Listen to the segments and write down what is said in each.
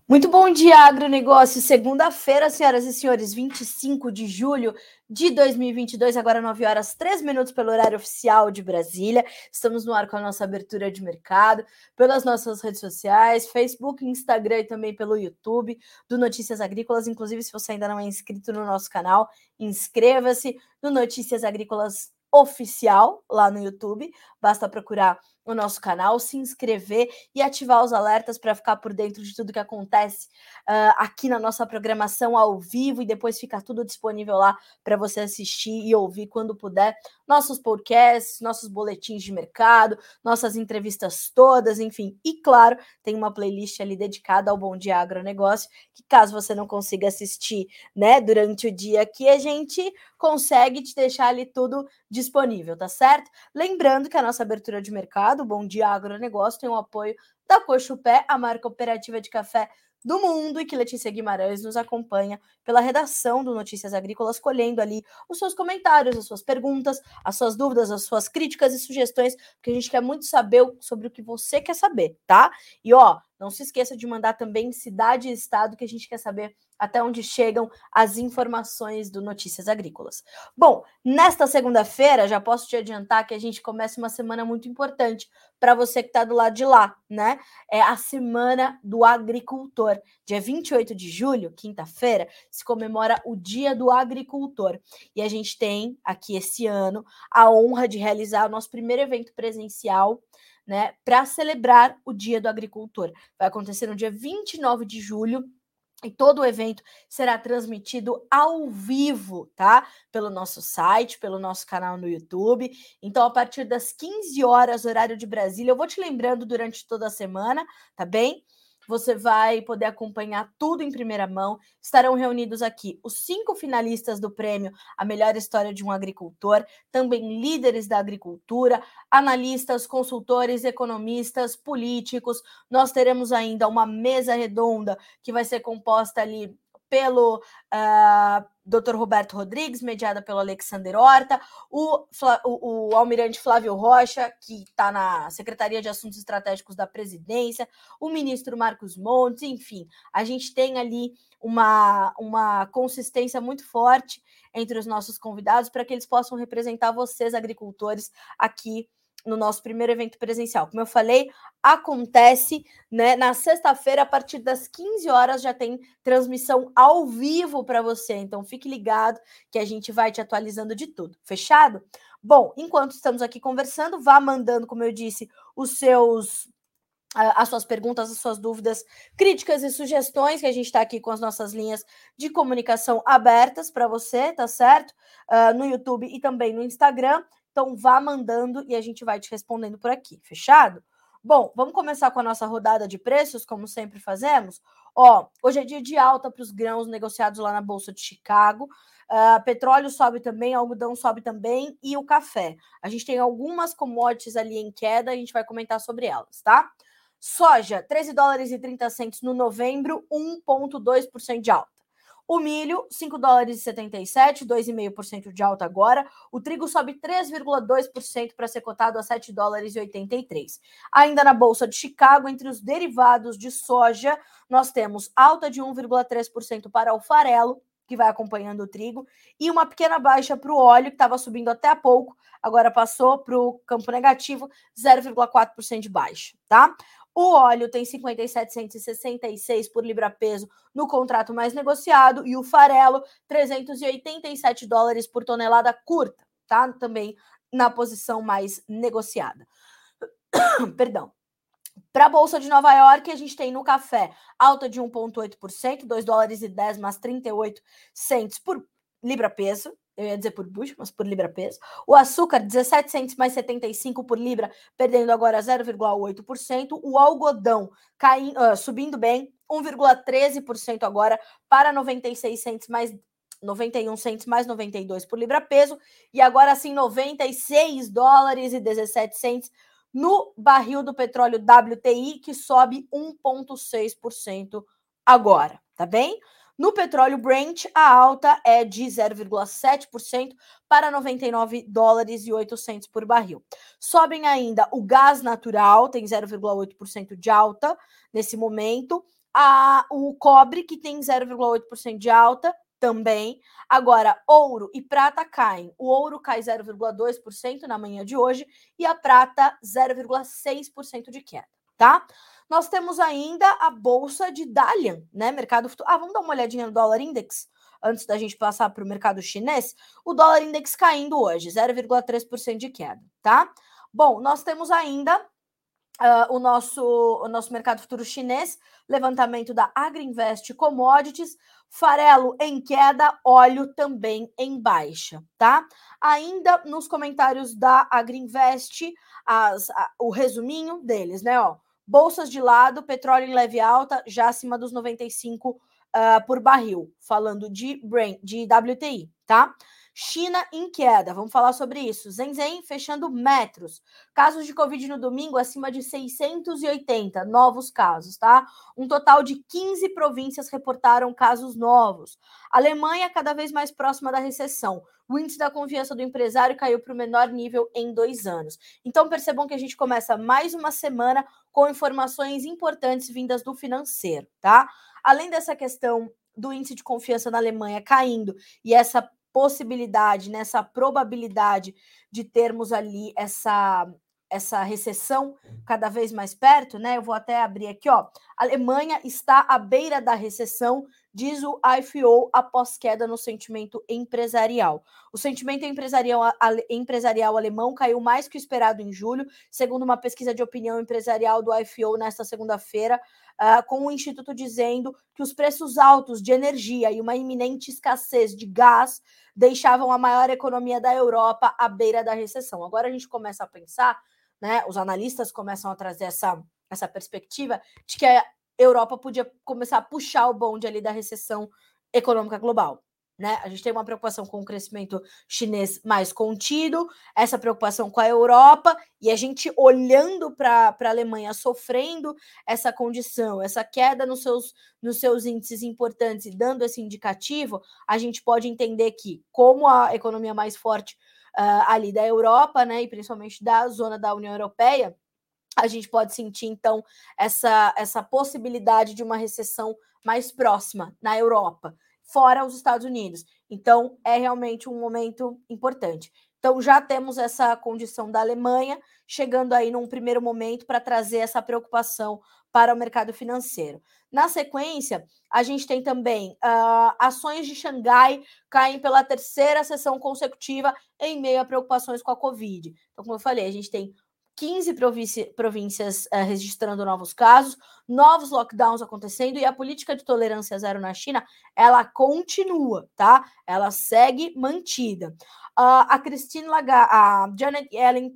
Muito bom dia, agronegócio. Segunda-feira, senhoras e senhores, 25 de julho de 2022, agora 9 horas 3 minutos pelo horário oficial de Brasília. Estamos no ar com a nossa abertura de mercado, pelas nossas redes sociais, Facebook, Instagram e também pelo YouTube do Notícias Agrícolas. Inclusive, se você ainda não é inscrito no nosso canal, inscreva-se no Notícias Agrícolas Oficial lá no YouTube. Basta procurar o nosso canal, se inscrever e ativar os alertas para ficar por dentro de tudo que acontece aqui na nossa programação ao vivo, e depois fica tudo disponível lá para você assistir e ouvir quando puder. Nossos podcasts, nossos boletins de mercado, nossas entrevistas todas, enfim. E claro, tem uma playlist ali dedicada ao Bom Dia Agronegócio, que caso você não consiga assistir, né, durante o dia aqui, a gente consegue te deixar ali tudo disponível, tá certo? Lembrando que a nossa abertura de mercado, Bom Dia Agronegócio, tem o apoio da Cochupé, a maior cooperativa de café do mundo, e que Letícia Guimarães nos acompanha pela redação do Notícias Agrícolas, colhendo ali os seus comentários, as suas perguntas, as suas dúvidas, as suas críticas e sugestões, porque a gente quer muito saber sobre o que você quer saber, tá? E ó, não se esqueça de mandar também cidade e estado, que a gente quer saber até onde chegam as informações do Notícias Agrícolas. Bom, nesta segunda-feira, já posso te adiantar que a gente começa uma semana muito importante para você que está do lado de lá, né? É a Semana do Agricultor. Dia 28 de julho, quinta-feira, se comemora o Dia do Agricultor. E a gente tem aqui esse ano a honra de realizar o nosso primeiro evento presencial, né, para celebrar o Dia do Agricultor. Vai acontecer no dia 29 de julho, e todo o evento será transmitido ao vivo, tá? Pelo nosso site, pelo nosso canal no YouTube. Então, a partir das 15 horas, horário de Brasília, eu vou te lembrando durante toda a semana, tá bem? Você vai poder acompanhar tudo em primeira mão. Estarão reunidos aqui os 5 finalistas do prêmio A Melhor História de um Agricultor, também líderes da agricultura, analistas, consultores, economistas, políticos. Nós teremos ainda uma mesa redonda que vai ser composta ali pelo Dr. Roberto Rodrigues, mediada pelo Alexander Horta, o almirante Flávio Rocha, que está na Secretaria de Assuntos Estratégicos da Presidência, o ministro Marcos Montes, enfim, a gente tem ali uma consistência muito forte entre os nossos convidados para que eles possam representar vocês, agricultores, aqui no nosso primeiro evento presencial. Como eu falei, acontece, né, na sexta-feira, a partir das 15 horas, já tem transmissão ao vivo para você. Então, fique ligado que a gente vai te atualizando de tudo. Fechado? Bom, enquanto estamos aqui conversando, vá mandando, como eu disse, as suas perguntas, as suas dúvidas, críticas e sugestões, que a gente está aqui com as nossas linhas de comunicação abertas para você, tá certo? No YouTube e também no Instagram. Então, vá mandando e a gente vai te respondendo por aqui. Fechado? Bom, vamos começar com a nossa rodada de preços, como sempre fazemos. Ó, hoje é dia de alta para os grãos negociados lá na Bolsa de Chicago. Petróleo sobe também, algodão sobe também e o café. A gente tem algumas commodities ali em queda, a gente vai comentar sobre elas, tá? Soja, 13 dólares e 30 centos no novembro, 1,2% de alta. O milho, 5 dólares e 77, 2,5% de alta agora. O trigo sobe 3,2% para ser cotado a 7 dólares e 83. Ainda na Bolsa de Chicago, entre os derivados de soja, nós temos alta de 1,3% para o farelo, que vai acompanhando o trigo, e uma pequena baixa para o óleo, que estava subindo até há pouco, agora passou para o campo negativo, 0,4% de baixa, tá? O óleo tem 57,66 por libra-peso no contrato mais negociado, e o farelo, 387 dólares por tonelada curta, tá? Também na posição mais negociada. Perdão. Para a Bolsa de Nova York, a gente tem no café alta de 1,8%, 2 dólares e 10 mais 38 centos por libra-peso. Eu ia dizer por bushel, mas por libra-peso. O açúcar, 17 centos mais 75 por libra, perdendo agora 0,8%. O algodão subindo bem, 1,13% agora para 96 centos mais 91 centos mais 92 por libra-peso. E agora sim, 96 dólares e 17 centos no barril do petróleo WTI, que sobe 1,6% agora, tá bem? No petróleo Brent, a alta é de 0,7% para 99 dólares e 800 por barril. Sobem ainda o gás natural, tem 0,8% de alta nesse momento. O cobre, que tem 0,8% de alta, também. Agora, ouro e prata caem. O ouro cai 0,2% na manhã de hoje e a prata 0,6% de queda, tá? Nós temos ainda a bolsa de Dalian, né? Mercado futuro. Vamos dar uma olhadinha no dólar index antes da gente passar para o mercado chinês. O dólar index caindo hoje, 0,3% de queda, tá? Bom, nós temos ainda o nosso mercado futuro chinês, levantamento da Agriinvest Commodities, farelo em queda, óleo também em baixa, tá? Ainda nos comentários da Agriinvest, o resuminho deles, né? Ó, bolsas de lado, petróleo em leve alta, já acima dos 95 por barril, falando de WTI, tá? China em queda, vamos falar sobre isso. Shenzhen fechando metros. Casos de Covid no domingo acima de 680 novos casos, tá? Um total de 15 províncias reportaram casos novos. Alemanha cada vez mais próxima da recessão. O índice da confiança do empresário caiu para o menor nível em 2 anos. Então percebam que a gente começa mais uma semana com informações importantes vindas do financeiro, tá? Além dessa questão do índice de confiança na Alemanha caindo e essa possibilidade, nessa probabilidade de termos ali essa recessão cada vez mais perto, né? Eu vou até abrir aqui, ó. A Alemanha está à beira da recessão, diz o IFO após queda no sentimento empresarial. O sentimento empresarial alemão caiu mais que o esperado em julho, segundo uma pesquisa de opinião empresarial do IFO nesta segunda-feira, com o Instituto dizendo que os preços altos de energia e uma iminente escassez de gás deixavam a maior economia da Europa à beira da recessão. Agora a gente começa a pensar, né? Os analistas começam a trazer essa perspectiva de que a Europa podia começar a puxar o bonde ali da recessão econômica global. Né? A gente tem uma preocupação com o crescimento chinês mais contido, essa preocupação com a Europa, e a gente olhando para a Alemanha sofrendo essa condição, essa queda nos seus índices importantes e dando esse indicativo, a gente pode entender que, como a economia mais forte ali da Europa, né, e principalmente da zona da União Europeia, a gente pode sentir, então, essa possibilidade de uma recessão mais próxima na Europa, fora os Estados Unidos. Então, é realmente um momento importante. Então, já temos essa condição da Alemanha, chegando aí num primeiro momento para trazer essa preocupação para o mercado financeiro. Na sequência, a gente tem também ações de Xangai caem pela terceira sessão consecutiva em meio a preocupações com a Covid. Então, como eu falei, a gente tem 15 províncias registrando novos casos, novos lockdowns acontecendo e a política de tolerância zero na China, ela continua, tá? Ela segue mantida. A Christine Lagarde, a Janet Yellen,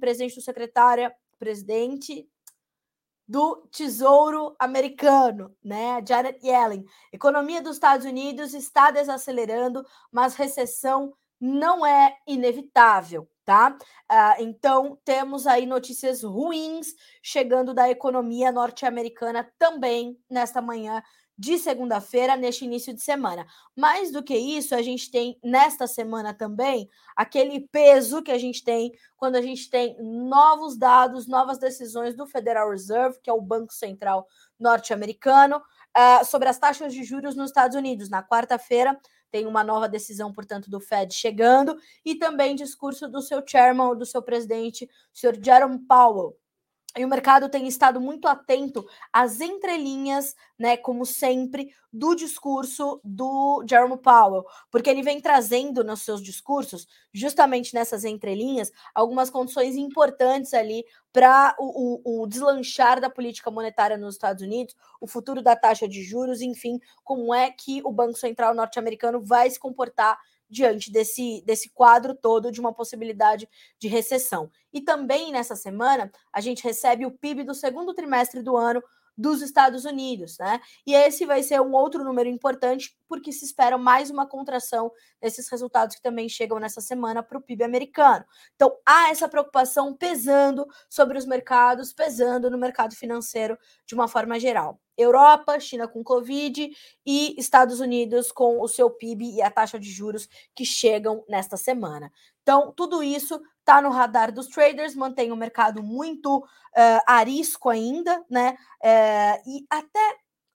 presidente do Tesouro Americano, né? Janet Yellen. Economia dos Estados Unidos está desacelerando, mas recessão não é inevitável, tá? Então, temos aí notícias ruins chegando da economia norte-americana também nesta manhã de segunda-feira, neste início de semana. Mais do que isso, a gente tem nesta semana também aquele peso que a gente tem quando a gente tem novos dados, novas decisões do Federal Reserve, que é o Banco Central norte-americano, sobre as taxas de juros nos Estados Unidos. Na quarta-feira, tem uma nova decisão, portanto, do Fed chegando, e também discurso do seu chairman, do seu presidente, o senhor Jerome Powell. E o mercado tem estado muito atento às entrelinhas, né, como sempre, do discurso do Jerome Powell, porque ele vem trazendo nos seus discursos, justamente nessas entrelinhas, algumas condições importantes ali para o deslanchar da política monetária nos Estados Unidos, o futuro da taxa de juros, enfim, como é que o Banco Central norte-americano vai se comportar diante desse quadro todo de uma possibilidade de recessão. E também nessa semana, a gente recebe o PIB do segundo trimestre do ano dos Estados Unidos, né? E esse vai ser um outro número importante, porque se espera mais uma contração desses resultados que também chegam nessa semana para o PIB americano. Então, há essa preocupação pesando sobre os mercados, pesando no mercado financeiro de uma forma geral. Europa, China com Covid e Estados Unidos com o seu PIB e a taxa de juros que chegam nesta semana. Então, tudo isso está no radar dos traders, mantém o mercado muito arisco ainda, né? E até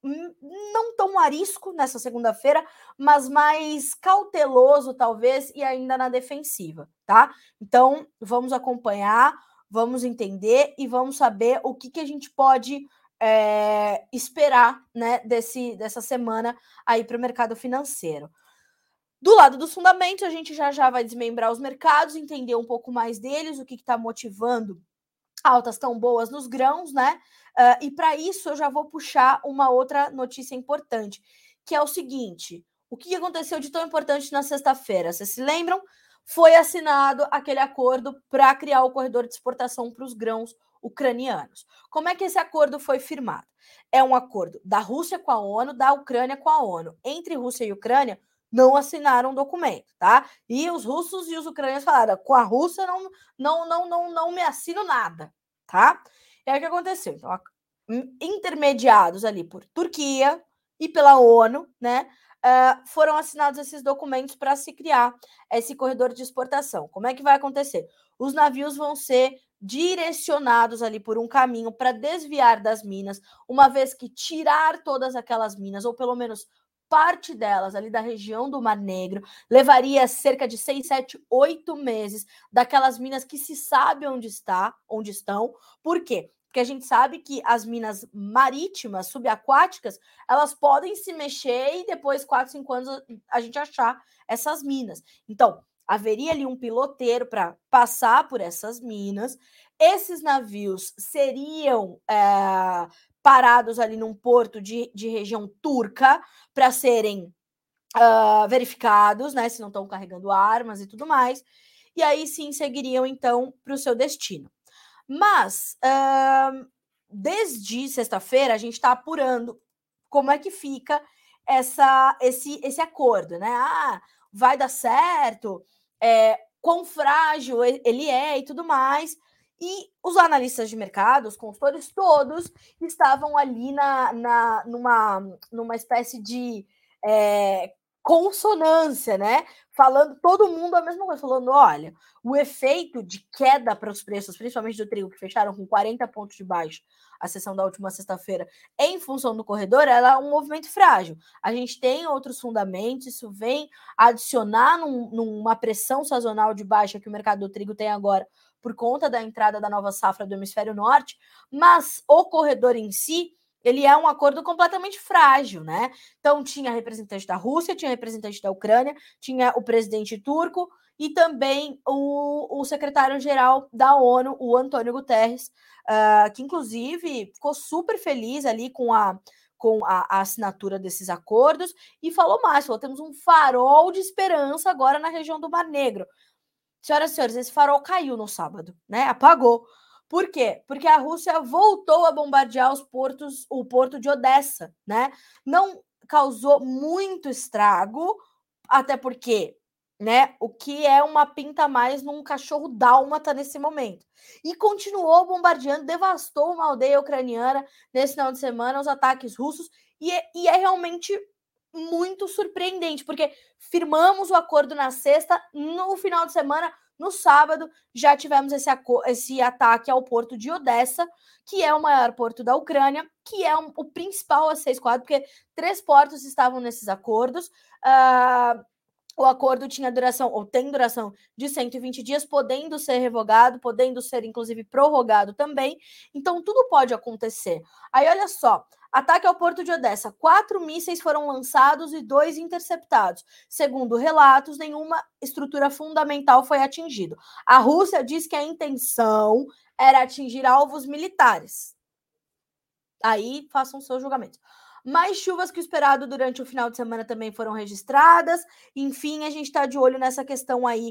não tão arisco nessa segunda-feira, mas mais cauteloso, talvez, e ainda na defensiva, tá? Então, vamos acompanhar, vamos entender e vamos saber o que a gente pode esperar, né, dessa semana aí para o mercado financeiro. Do lado dos fundamentos, a gente já vai desmembrar os mercados, entender um pouco mais deles, o que está motivando altas tão boas nos grãos, né? E para isso eu já vou puxar uma outra notícia importante, que é o seguinte: o que aconteceu de tão importante na sexta-feira? Vocês se lembram? Foi assinado aquele acordo para criar o corredor de exportação para os grãos ucranianos. Como é que esse acordo foi firmado? É um acordo da Rússia com a ONU, da Ucrânia com a ONU. Entre Rússia e Ucrânia, não assinaram um documento, tá? E os russos e os ucranianos falaram: com a Rússia não me assino nada, tá? E aí o que aconteceu? Então, intermediados ali por Turquia e pela ONU, né? Foram assinados esses documentos para se criar esse corredor de exportação. Como é que vai acontecer? Os navios vão ser direcionados ali por um caminho para desviar das minas, uma vez que tirar todas aquelas minas, ou pelo menos parte delas ali da região do Mar Negro, levaria cerca de 6, 7, 8 meses daquelas minas que se sabe onde estão. Por quê? Porque a gente sabe que as minas marítimas, subaquáticas, elas podem se mexer e depois, 4, 5 anos, a gente achar essas minas. Então, haveria ali um piloteiro para passar por essas minas. Esses navios seriam parados ali num porto de região turca para serem verificados, né, se não estão carregando armas e tudo mais, e aí sim seguiriam então para o seu destino. Mas desde sexta-feira a gente está apurando como é que fica esse acordo, né? Vai dar certo, quão frágil ele é e tudo mais. E os analistas de mercado, os consultores todos, estavam ali numa espécie de consonância, né? Falando todo mundo a mesma coisa, falando: olha, o efeito de queda para os preços, principalmente do trigo, que fecharam com 40 pontos de baixo a sessão da última sexta-feira, em função do corredor, ela é um movimento frágil. A gente tem outros fundamentos, isso vem adicionar numa pressão sazonal de baixa que o mercado do trigo tem agora por conta da entrada da nova safra do hemisfério norte, mas o corredor em si, ele é um acordo completamente frágil, né? Então, tinha representante da Rússia, tinha representante da Ucrânia, tinha o presidente turco e também o secretário-geral da ONU, o Antônio Guterres, que inclusive ficou super feliz ali com a assinatura desses acordos e falou mais, falou: temos um farol de esperança agora na região do Mar Negro. Senhoras e senhores, esse farol caiu no sábado, né? Apagou. Por quê? Porque a Rússia voltou a bombardear o porto de Odessa, né? Não causou muito estrago, até porque, né, o que é uma pinta mais num cachorro dálmata nesse momento. E continuou bombardeando, devastou uma aldeia ucraniana nesse final de semana, os ataques russos, e é realmente muito surpreendente, porque firmamos o acordo na sexta, no final de semana, no sábado, já tivemos esse ataque ao porto de Odessa, que é o maior porto da Ucrânia, que é o principal a ser escoado, porque 3 portos estavam nesses acordos. O acordo tinha duração, ou tem duração, de 120 dias, podendo ser revogado, podendo ser, inclusive, prorrogado também. Então, tudo pode acontecer. Aí, olha só, ataque ao porto de Odessa. 4 mísseis foram lançados e 2 interceptados. Segundo relatos, nenhuma estrutura fundamental foi atingida. A Rússia diz que a intenção era atingir alvos militares. Aí, façam seus julgamentos. Mais chuvas que o esperado durante o final de semana também foram registradas. Enfim, a gente está de olho nessa questão aí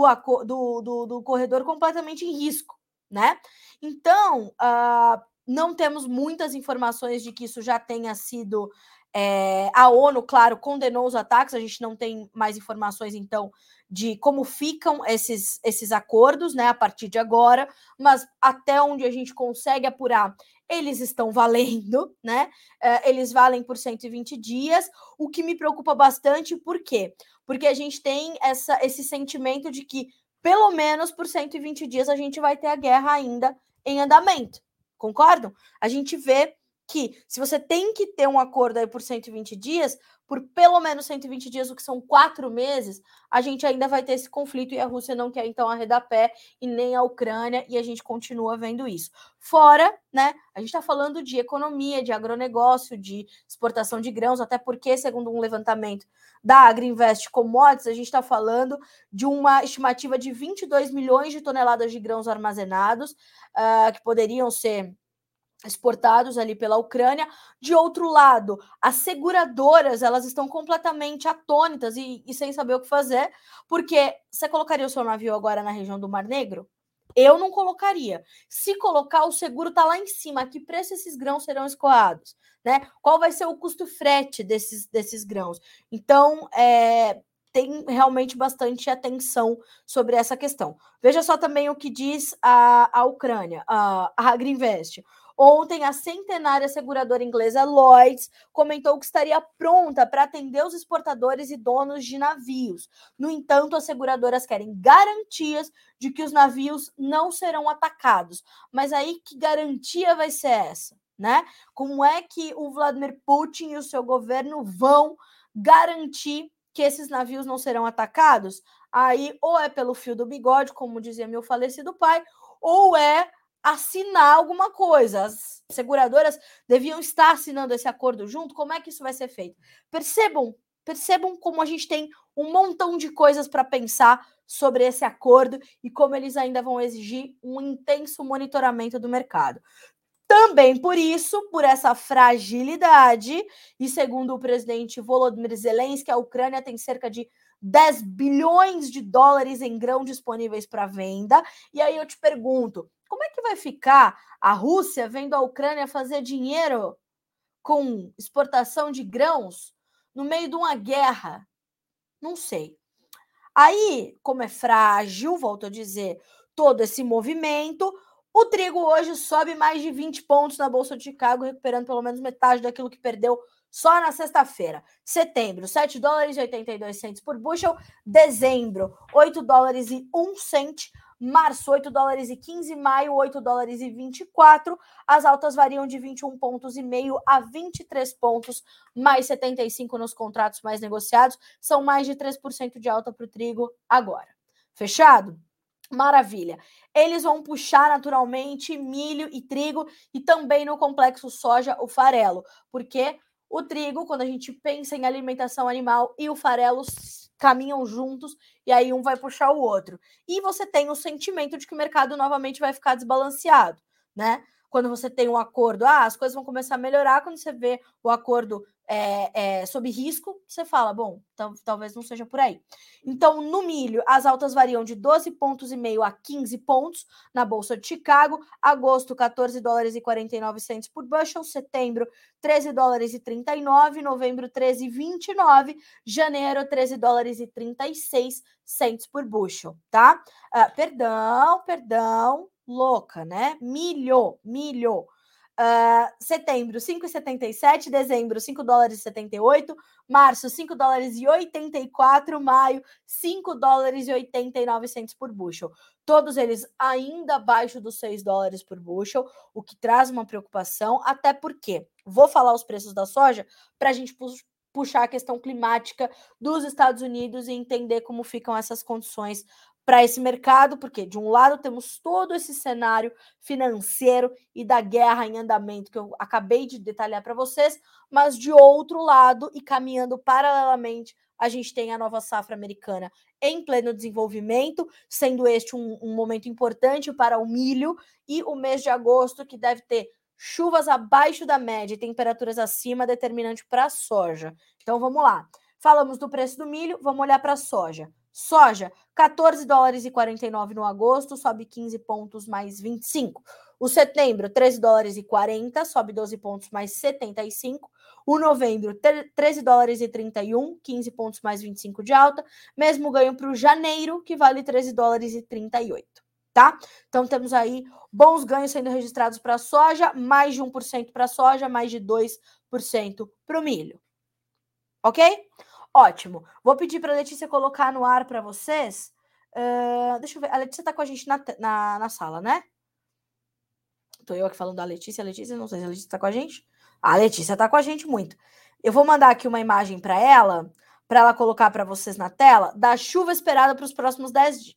do corredor completamente em risco, né? Então, não temos muitas informações de que isso já tenha sido... a ONU, claro, condenou os ataques, a gente não tem mais informações, então, de como ficam esses acordos, né, a partir de agora, mas até onde a gente consegue apurar, eles estão valendo, né? Eles valem por 120 dias, o que me preocupa bastante, por quê? Porque a gente tem esse sentimento de que, pelo menos por 120 dias, a gente vai ter a guerra ainda em andamento. Concordam? A gente vê que se você tem que ter um acordo aí por 120 dias, por pelo menos 120 dias, o que são 4 meses, a gente ainda vai ter esse conflito e a Rússia não quer, então, arredar pé e nem a Ucrânia, e a gente continua vendo isso. Fora, né, a gente está falando de economia, de agronegócio, de exportação de grãos, até porque, segundo um levantamento da Agriinvest Commodities, a gente está falando de uma estimativa de 22 milhões de toneladas de grãos armazenados, que poderiam ser exportados ali pela Ucrânia. De outro lado, as seguradoras, elas estão completamente atônitas e sem saber o que fazer, porque você colocaria o seu navio agora na região do Mar Negro? Eu não colocaria. Se colocar, o seguro está lá em cima. A que preço esses grãos serão escoados? Né? Qual vai ser o custo frete desses grãos? Então, tem realmente bastante atenção sobre essa questão. Veja só também o que diz a Ucrânia, a Agriinvest. Ontem, a centenária seguradora inglesa Lloyds comentou que estaria pronta para atender os exportadores e donos de navios. No entanto, as seguradoras querem garantias de que os navios não serão atacados. Mas aí, que garantia vai ser essa? Né? Como é que o Vladimir Putin e o seu governo vão garantir que esses navios não serão atacados? Aí, ou é pelo fio do bigode, como dizia meu falecido pai, ou é assinar alguma coisa. As seguradoras deviam estar assinando esse acordo junto. Como é que isso vai ser feito? Percebam como a gente tem um montão de coisas para pensar sobre esse acordo e como eles ainda vão exigir um intenso monitoramento do mercado. Também por isso, por essa fragilidade, e segundo o presidente Volodymyr Zelensky, a Ucrânia tem cerca de 10 bilhões de dólares em grão disponíveis para venda. E aí eu te pergunto, como é que vai ficar a Rússia vendo a Ucrânia fazer dinheiro com exportação de grãos no meio de uma guerra? Não sei. Aí, como é frágil, volto a dizer, todo esse movimento, o trigo hoje sobe mais de 20 pontos na Bolsa de Chicago, recuperando pelo menos metade daquilo que perdeu só na sexta-feira. Setembro, 7 dólares e 82 centos por bushel. Dezembro, 8 dólares e 1 cent. Março, 8 dólares e 15. Maio, 8 dólares e 24. As altas variam de 21 pontos e meio a 23 pontos, mais 75 nos contratos mais negociados. São mais de 3% de alta para o trigo agora. Fechado? Maravilha. Eles vão puxar naturalmente milho e trigo e também no complexo soja o farelo, porque o trigo, quando a gente pensa em alimentação animal, e o farelo caminham juntos e aí um vai puxar o outro. E você tem o sentimento de que o mercado novamente vai ficar desbalanceado, né? Quando você tem um acordo, as coisas vão começar a melhorar. Quando você vê o acordo sob risco, você fala, bom, talvez não seja por aí. Então, no milho, as altas variam de 12 pontos e meio a 15 pontos na Bolsa de Chicago. Agosto, 14 dólares e 49 centos por bushel. Setembro, 13 dólares e 39. Novembro, 13,29. Janeiro, 13 dólares e 36 centos por bushel, tá? Perdão, louca, né? Milho. Setembro, 5,77. Dezembro, 5 dólares e 78. Março, 5 dólares e 84. Maio, 5 dólares e 89 centos por bushel. Todos eles ainda abaixo dos 6 dólares por bushel, o que traz uma preocupação, até porque vou falar os preços da soja para a gente puxar a questão climática dos Estados Unidos e entender como ficam essas condições para esse mercado, porque de um lado temos todo esse cenário financeiro e da guerra em andamento que eu acabei de detalhar para vocês, mas de outro lado e caminhando paralelamente, a gente tem a nova safra americana em pleno desenvolvimento, sendo este um momento importante para o milho, e o mês de agosto, que deve ter chuvas abaixo da média e temperaturas acima, determinante para a soja. Então vamos lá. Falamos do preço do milho, vamos olhar para a soja. Soja, 14 dólares e 49 no agosto, sobe 15 pontos mais 25. O setembro, 13 dólares e 40, sobe 12 pontos mais 75. O novembro, 13 dólares e 31, 15 pontos mais 25 de alta. Mesmo ganho para o janeiro, que vale 13 dólares e 38. Tá? Então temos aí bons ganhos sendo registrados para a soja, mais de 1% para a soja, mais de 2% para o milho. Ok? Ótimo. Vou pedir para a Letícia colocar no ar para vocês. Deixa eu ver. A Letícia está com a gente na sala, né? Estou eu aqui falando da Letícia. A Letícia, não sei se a Letícia está com a gente. A Letícia tá com a gente muito. Eu vou mandar aqui uma imagem para ela colocar para vocês na tela, da chuva esperada para os próximos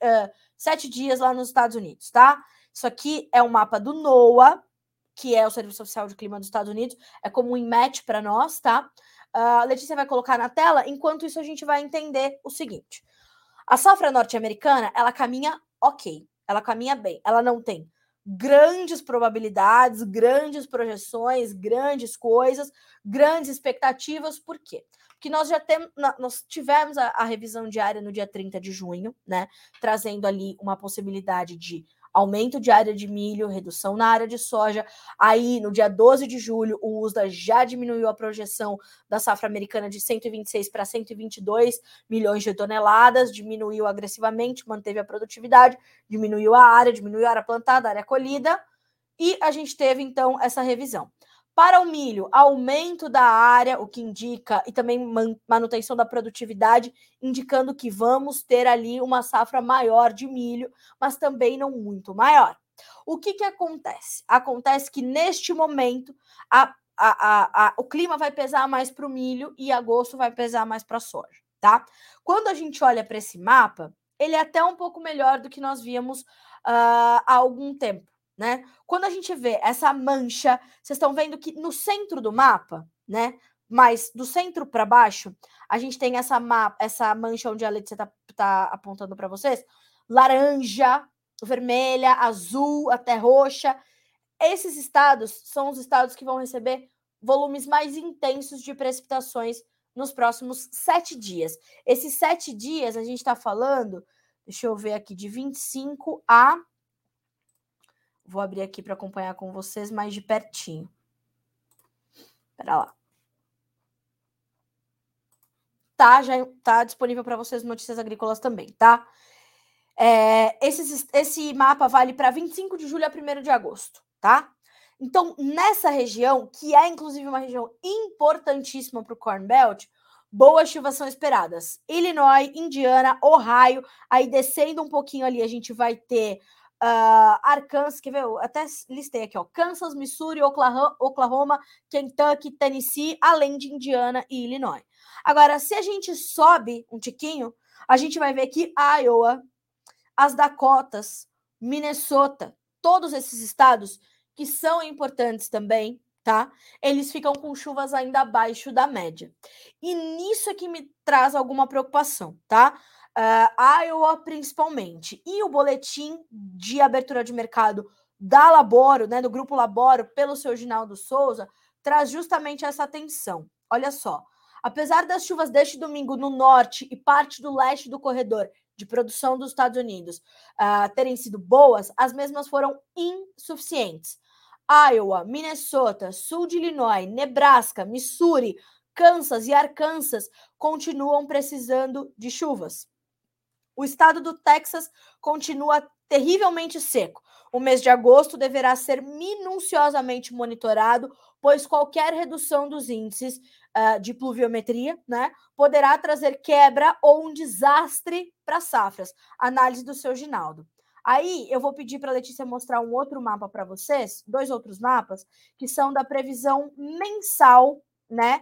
7 dias lá nos Estados Unidos, tá? Isso aqui é um mapa do NOAA, que é o Serviço Oficial de Clima dos Estados Unidos, é como um INMET para nós, tá? A Letícia vai colocar na tela, enquanto isso a gente vai entender o seguinte. A safra norte-americana, ela caminha ok, ela caminha bem, ela não tem grandes probabilidades, grandes projeções, grandes coisas, grandes expectativas, por quê? Porque nós já temos, nós tivemos a revisão diária no dia 30 de junho, né? Trazendo ali uma possibilidade de aumento de área de milho, redução na área de soja. Aí, no dia 12 de julho, o USDA já diminuiu a projeção da safra americana de 126 para 122 milhões de toneladas, diminuiu agressivamente, manteve a produtividade, diminuiu a área plantada, a área colhida, e a gente teve, então, essa revisão. Para o milho, aumento da área, o que indica, e também manutenção da produtividade, indicando que vamos ter ali uma safra maior de milho, mas também não muito maior. O que acontece? Acontece que, neste momento, o clima vai pesar mais para o milho e agosto vai pesar mais para a soja, tá? Quando a gente olha para esse mapa, ele é até um pouco melhor do que nós víamos há algum tempo, né? Quando a gente vê essa mancha, vocês estão vendo que no centro do mapa, né? Mas do centro para baixo, a gente tem essa mancha onde a Letícia tá apontando para vocês, laranja, vermelha, azul, até roxa. Esses estados são os estados que vão receber volumes mais intensos de precipitações nos próximos 7 dias. Esses 7 dias, a gente está falando, deixa eu ver aqui, de 25 a... Vou abrir aqui para acompanhar com vocês mais de pertinho. Espera lá. Tá, já tá disponível para vocês Notícias Agrícolas também, tá? Esse mapa vale para 25 de julho a 1º de agosto, tá? Então, nessa região, que é inclusive uma região importantíssima para o Corn Belt, boas chuvas são esperadas. Illinois, Indiana, Ohio, aí descendo um pouquinho ali, a gente vai ter Arkansas, quer ver? Eu até listei aqui, ó, Kansas, Missouri, Oklahoma, Kentucky, Tennessee, além de Indiana e Illinois. Agora, se a gente sobe um tiquinho, a gente vai ver que Iowa, as Dakotas, Minnesota, todos esses estados que são importantes também, tá? Eles ficam com chuvas ainda abaixo da média. E nisso é que me traz alguma preocupação, tá? Iowa principalmente. E o boletim de abertura de mercado da Laboro, né, do Grupo Laboro, pelo seu Ginaldo Souza, traz justamente essa atenção. Olha só, apesar das chuvas deste domingo no norte e parte do leste do corredor de produção dos Estados Unidos terem sido boas, as mesmas foram insuficientes. Iowa, Minnesota, sul de Illinois, Nebraska, Missouri, Kansas e Arkansas continuam precisando de chuvas. O estado do Texas continua terrivelmente seco. O mês de agosto deverá ser minuciosamente monitorado, pois qualquer redução dos índices de pluviometria, né, poderá trazer quebra ou um desastre para safras. Análise do seu Ginaldo. Aí eu vou pedir para a Letícia mostrar um outro mapa para vocês, 2 outros mapas, que são da previsão mensal, né,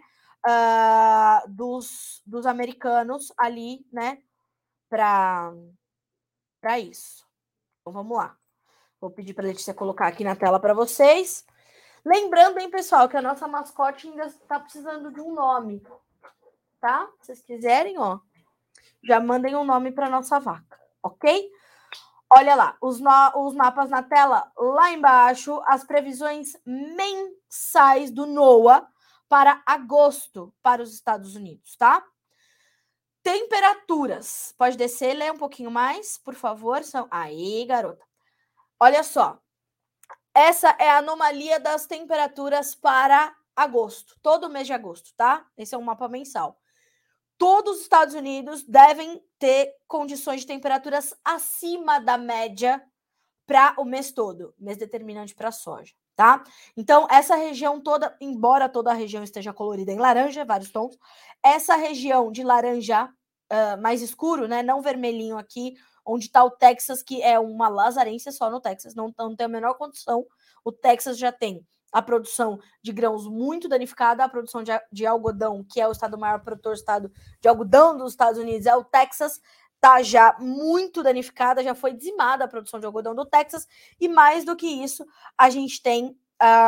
dos americanos ali, né, para isso. Então vamos lá. Vou pedir para a Letícia colocar aqui na tela para vocês. Lembrando, hein, pessoal, que a nossa mascote ainda está precisando de um nome, tá? Se vocês quiserem, ó, já mandem um nome para nossa vaca, ok? Olha lá, os mapas na tela, lá embaixo, as previsões mensais do NOAA para agosto para os Estados Unidos, tá? Temperaturas. Pode descer, ler um pouquinho mais, por favor. Aí, garota. Olha só. Essa é a anomalia das temperaturas para agosto. Todo mês de agosto, tá? Esse é um mapa mensal. Todos os Estados Unidos devem ter condições de temperaturas acima da média para o mês todo. Mês determinante para a soja, tá? Então, essa região toda, embora toda a região esteja colorida em laranja, vários tons, essa região de laranja mais escuro, né, não vermelhinho aqui, onde está o Texas, que é uma lazarência só no Texas, não tem a menor condição. O Texas já tem a produção de grãos muito danificada, a produção de algodão, que é o estado maior produtor estado de algodão dos Estados Unidos, é o Texas, está já muito danificada, já foi dizimada a produção de algodão do Texas, e mais do que isso, a gente tem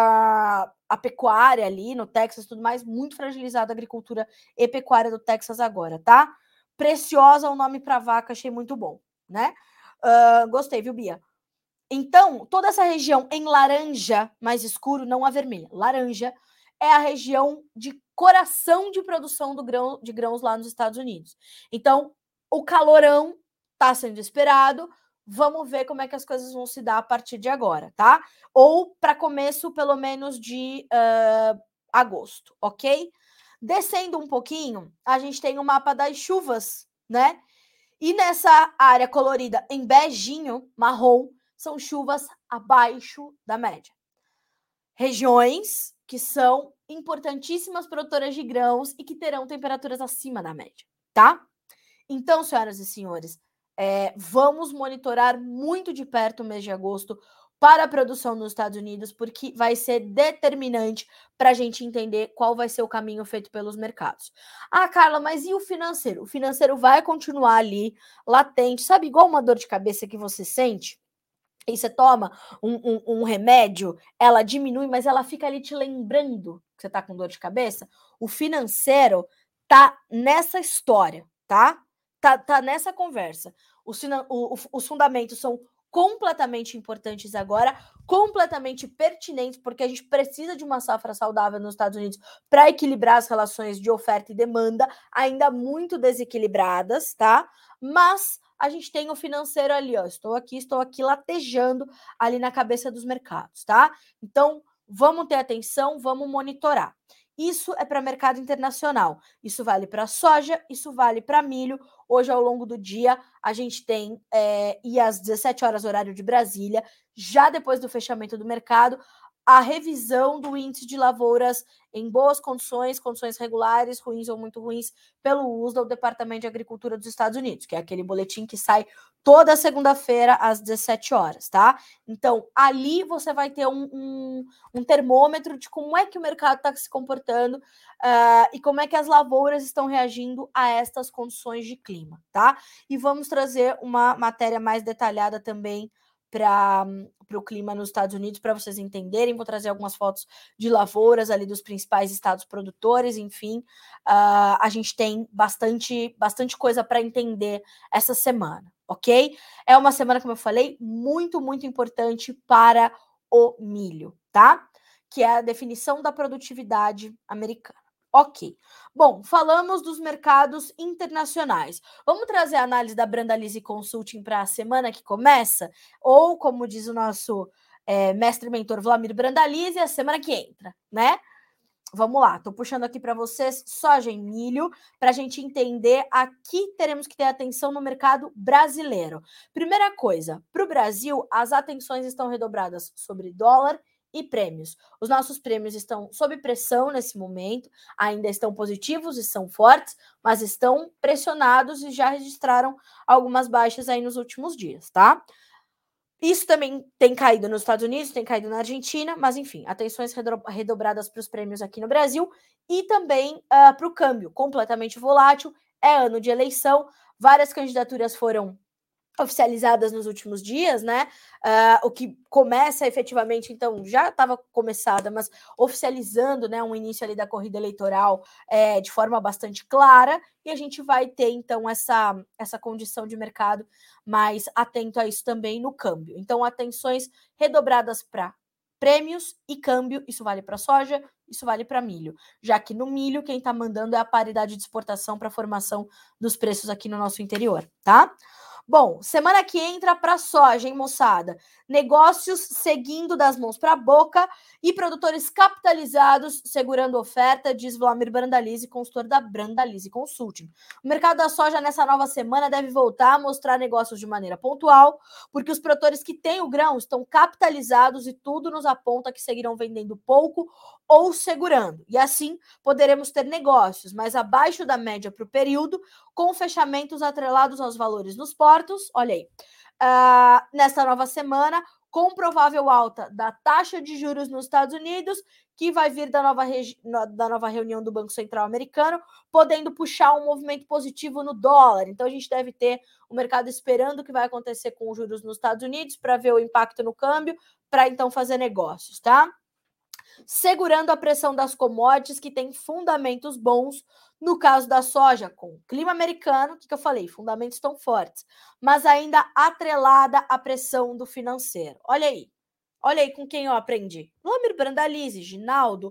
a pecuária ali no Texas, tudo mais, muito fragilizada a agricultura e pecuária do Texas agora, tá? Preciosa o nome para vaca, achei muito bom, né? Gostei, viu, Bia? Então, toda essa região em laranja, mais escuro, não a vermelha, laranja, é a região de coração de produção de grãos lá nos Estados Unidos. Então, o calorão está sendo esperado. Vamos ver como é que as coisas vão se dar a partir de agora, tá? Ou para começo, pelo menos, de agosto, ok? Descendo um pouquinho, a gente tem o mapa das chuvas, né? E nessa área colorida em beijinho, marrom, são chuvas abaixo da média. Regiões que são importantíssimas produtoras de grãos e que terão temperaturas acima da média, tá? Então, senhoras e senhores, vamos monitorar muito de perto o mês de agosto para a produção nos Estados Unidos, porque vai ser determinante para a gente entender qual vai ser o caminho feito pelos mercados. Ah, Carla, mas e o financeiro? O financeiro vai continuar ali, latente, sabe, igual uma dor de cabeça que você sente? E você toma um remédio, ela diminui, mas ela fica ali te lembrando que você está com dor de cabeça. O financeiro tá nessa história, tá? Tá nessa conversa. Os fundamentos são completamente importantes agora, completamente pertinentes, porque a gente precisa de uma safra saudável nos Estados Unidos para equilibrar as relações de oferta e demanda, ainda muito desequilibradas, tá? Mas a gente tem o financeiro ali, ó. Estou aqui latejando ali na cabeça dos mercados, tá? Então, vamos ter atenção, vamos monitorar. Isso é para mercado internacional. Isso vale para soja, isso vale para milho. Hoje, ao longo do dia, a gente tem, e às 17 horas, horário de Brasília, já depois do fechamento do mercado, a revisão do índice de lavouras em boas condições, condições regulares, ruins ou muito ruins, pelo uso do Departamento de Agricultura dos Estados Unidos, que é aquele boletim que sai toda segunda-feira às 17 horas, tá? Então, ali você vai ter um termômetro de como é que o mercado está se comportando e como é que as lavouras estão reagindo a estas condições de clima, tá? E vamos trazer uma matéria mais detalhada também para o clima nos Estados Unidos, para vocês entenderem. Vou trazer algumas fotos de lavouras ali dos principais estados produtores, enfim. A gente tem bastante coisa para entender essa semana, ok? É uma semana, como eu falei, muito, muito importante para o milho, tá? Que é a definição da produtividade americana. Ok. Bom, falamos dos mercados internacionais. Vamos trazer a análise da Brandalize Consulting para a semana que começa? Ou, como diz o nosso mestre mentor Vlamir Brandalize, a semana que entra, né? Vamos lá, estou puxando aqui para vocês soja e milho, para a gente entender. Aqui teremos que ter atenção no mercado brasileiro. Primeira coisa, para o Brasil, as atenções estão redobradas sobre dólar e prêmios. Os nossos prêmios estão sob pressão nesse momento, ainda estão positivos e são fortes, mas estão pressionados e já registraram algumas baixas aí nos últimos dias, tá? Isso também tem caído nos Estados Unidos, tem caído na Argentina, mas enfim, atenções redobradas para os prêmios aqui no Brasil e também para o câmbio, completamente volátil. É ano de eleição, várias candidaturas foram oficializadas nos últimos dias, né? O que começa efetivamente, então, já estava começada, mas oficializando, né, um início ali da corrida eleitoral de forma bastante clara, e a gente vai ter, então, essa condição de mercado mais atento a isso também no câmbio. Então, atenções redobradas para prêmios e câmbio, isso vale para soja, isso vale para milho, já que no milho quem está mandando é a paridade de exportação para a formação dos preços aqui no nosso interior, tá? Bom, semana que entra para soja, hein, moçada? Negócios seguindo das mãos para a boca e produtores capitalizados segurando oferta, diz Vlamir Brandalize, consultor da Brandalize Consulting. O mercado da soja nessa nova semana deve voltar a mostrar negócios de maneira pontual, porque os produtores que têm o grão estão capitalizados e tudo nos aponta que seguirão vendendo pouco ou segurando. E assim poderemos ter negócios mais abaixo da média para o período, com fechamentos atrelados aos valores nos portos. Olha aí. Nesta nova semana, com provável alta da taxa de juros nos Estados Unidos, que vai vir da nova reunião do Banco Central americano, podendo puxar um movimento positivo no dólar. Então, a gente deve ter o mercado esperando o que vai acontecer com os juros nos Estados Unidos para ver o impacto no câmbio, para então fazer negócios, tá? Segurando a pressão das commodities que tem fundamentos bons, no caso da soja, com o clima americano, o que eu falei? Fundamentos tão fortes, mas ainda atrelada à pressão do financeiro. Olha aí com quem eu aprendi. Vlamir Brandalize, Ginaldo,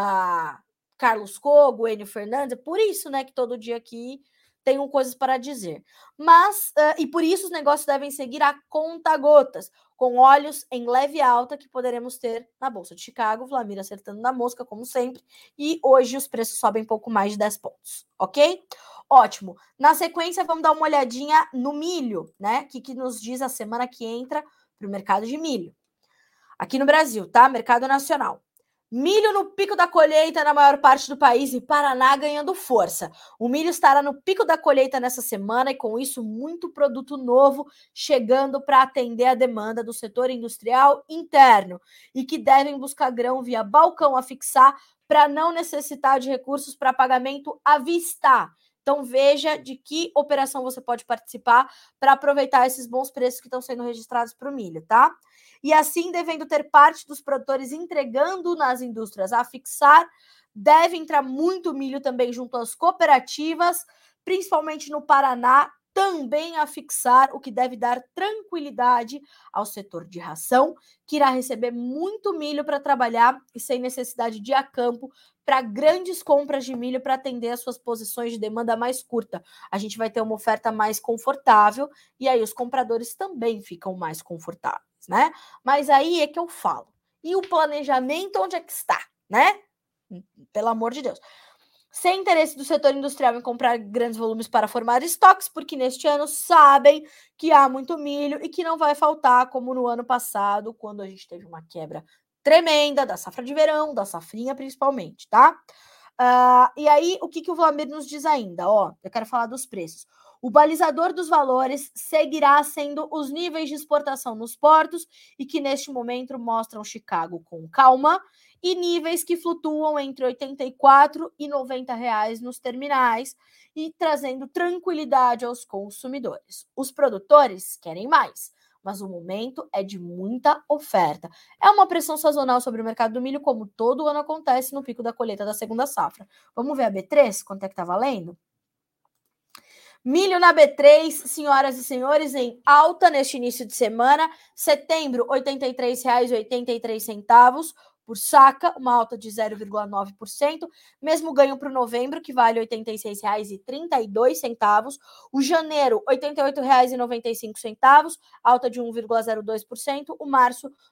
Carlos Cogo, Enio Fernandes, por isso, né, que todo dia aqui tenho coisas para dizer. Mas, e por isso os negócios devem seguir a conta-gotas, com olhos em leve alta que poderemos ter na Bolsa de Chicago, Vlamir acertando na mosca, como sempre, e hoje os preços sobem pouco mais de 10 pontos, ok? Ótimo. Na sequência, vamos dar uma olhadinha no milho, né? O que nos diz a semana que entra para o mercado de milho. Aqui no Brasil, tá? Mercado nacional. Milho no pico da colheita na maior parte do país e Paraná ganhando força. O milho estará no pico da colheita nessa semana e, com isso, muito produto novo chegando para atender a demanda do setor industrial interno e que devem buscar grão via balcão a fixar para não necessitar de recursos para pagamento à vista. Então, veja de que operação você pode participar para aproveitar esses bons preços que estão sendo registrados para o milho, tá? E assim, devendo ter parte dos produtores entregando nas indústrias a fixar, deve entrar muito milho também junto às cooperativas, principalmente no Paraná, também a fixar, o que deve dar tranquilidade ao setor de ração, que irá receber muito milho para trabalhar e sem necessidade de ir a campo para grandes compras de milho para atender as suas posições de demanda mais curta. A gente vai ter uma oferta mais confortável e aí os compradores também ficam mais confortáveis, né? Mas aí é que eu falo. E o planejamento onde é que está, né? Pelo amor de Deus. Sem interesse do setor industrial em comprar grandes volumes para formar estoques, porque neste ano sabem que há muito milho e que não vai faltar, como no ano passado, quando a gente teve uma quebra tremenda da safra de verão, da safrinha principalmente, tá? E aí, o que o Vlamir nos diz ainda? Ó, eu quero falar dos preços. O balizador dos valores seguirá sendo os níveis de exportação nos portos e que neste momento mostram Chicago com calma e níveis que flutuam entre 84 e 90 reais nos terminais e trazendo tranquilidade aos consumidores. Os produtores querem mais, mas o momento é de muita oferta. É uma pressão sazonal sobre o mercado do milho, como todo ano acontece no pico da colheita da segunda safra. Vamos ver a B3, quanto é que tá valendo? Milho na B3, senhoras e senhores, em alta neste início de semana. Setembro, R$ 83,83 por saca, uma alta de 0,9%. Mesmo ganho para o novembro, que vale R$ 86,32. O janeiro, R$ 88,95, alta de 1,02%. O março, R$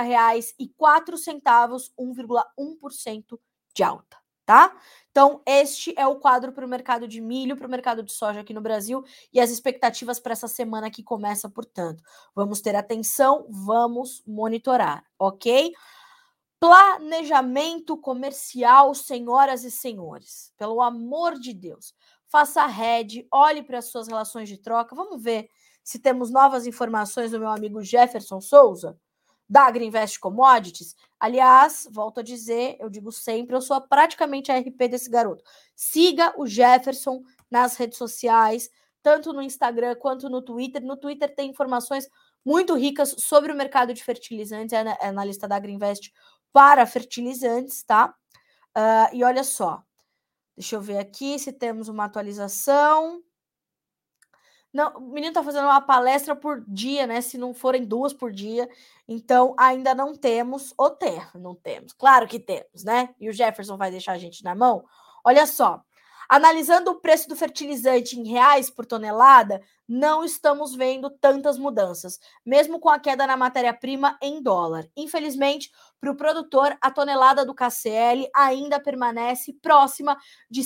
90,04, 1,1% de alta, tá? Então, este é o quadro para o mercado de milho, para o mercado de soja aqui no Brasil e as expectativas para essa semana que começa, portanto. Vamos ter atenção, vamos monitorar, ok? Planejamento comercial, senhoras e senhores. Pelo amor de Deus, faça a rede, olhe para as suas relações de troca. Vamos ver se temos novas informações do meu amigo Jefferson Souza, da Agriinvest Commodities. Aliás, volto a dizer, eu digo sempre, eu sou praticamente a RP desse garoto. Siga o Jefferson nas redes sociais, tanto no Instagram quanto no Twitter. No Twitter tem informações muito ricas sobre o mercado de fertilizantes, é analista da Agriinvest para fertilizantes, tá? E olha só, deixa eu ver aqui se temos uma atualização. Não, o menino tá fazendo uma palestra por dia, né? Se não forem 2 por dia. Então, ainda não temos não temos. Claro que temos, né? E o Jefferson vai deixar a gente na mão. Olha só. Analisando o preço do fertilizante em reais por tonelada, não estamos vendo tantas mudanças, mesmo com a queda na matéria-prima em dólar. Infelizmente, para o produtor, a tonelada do KCL ainda permanece próxima de R$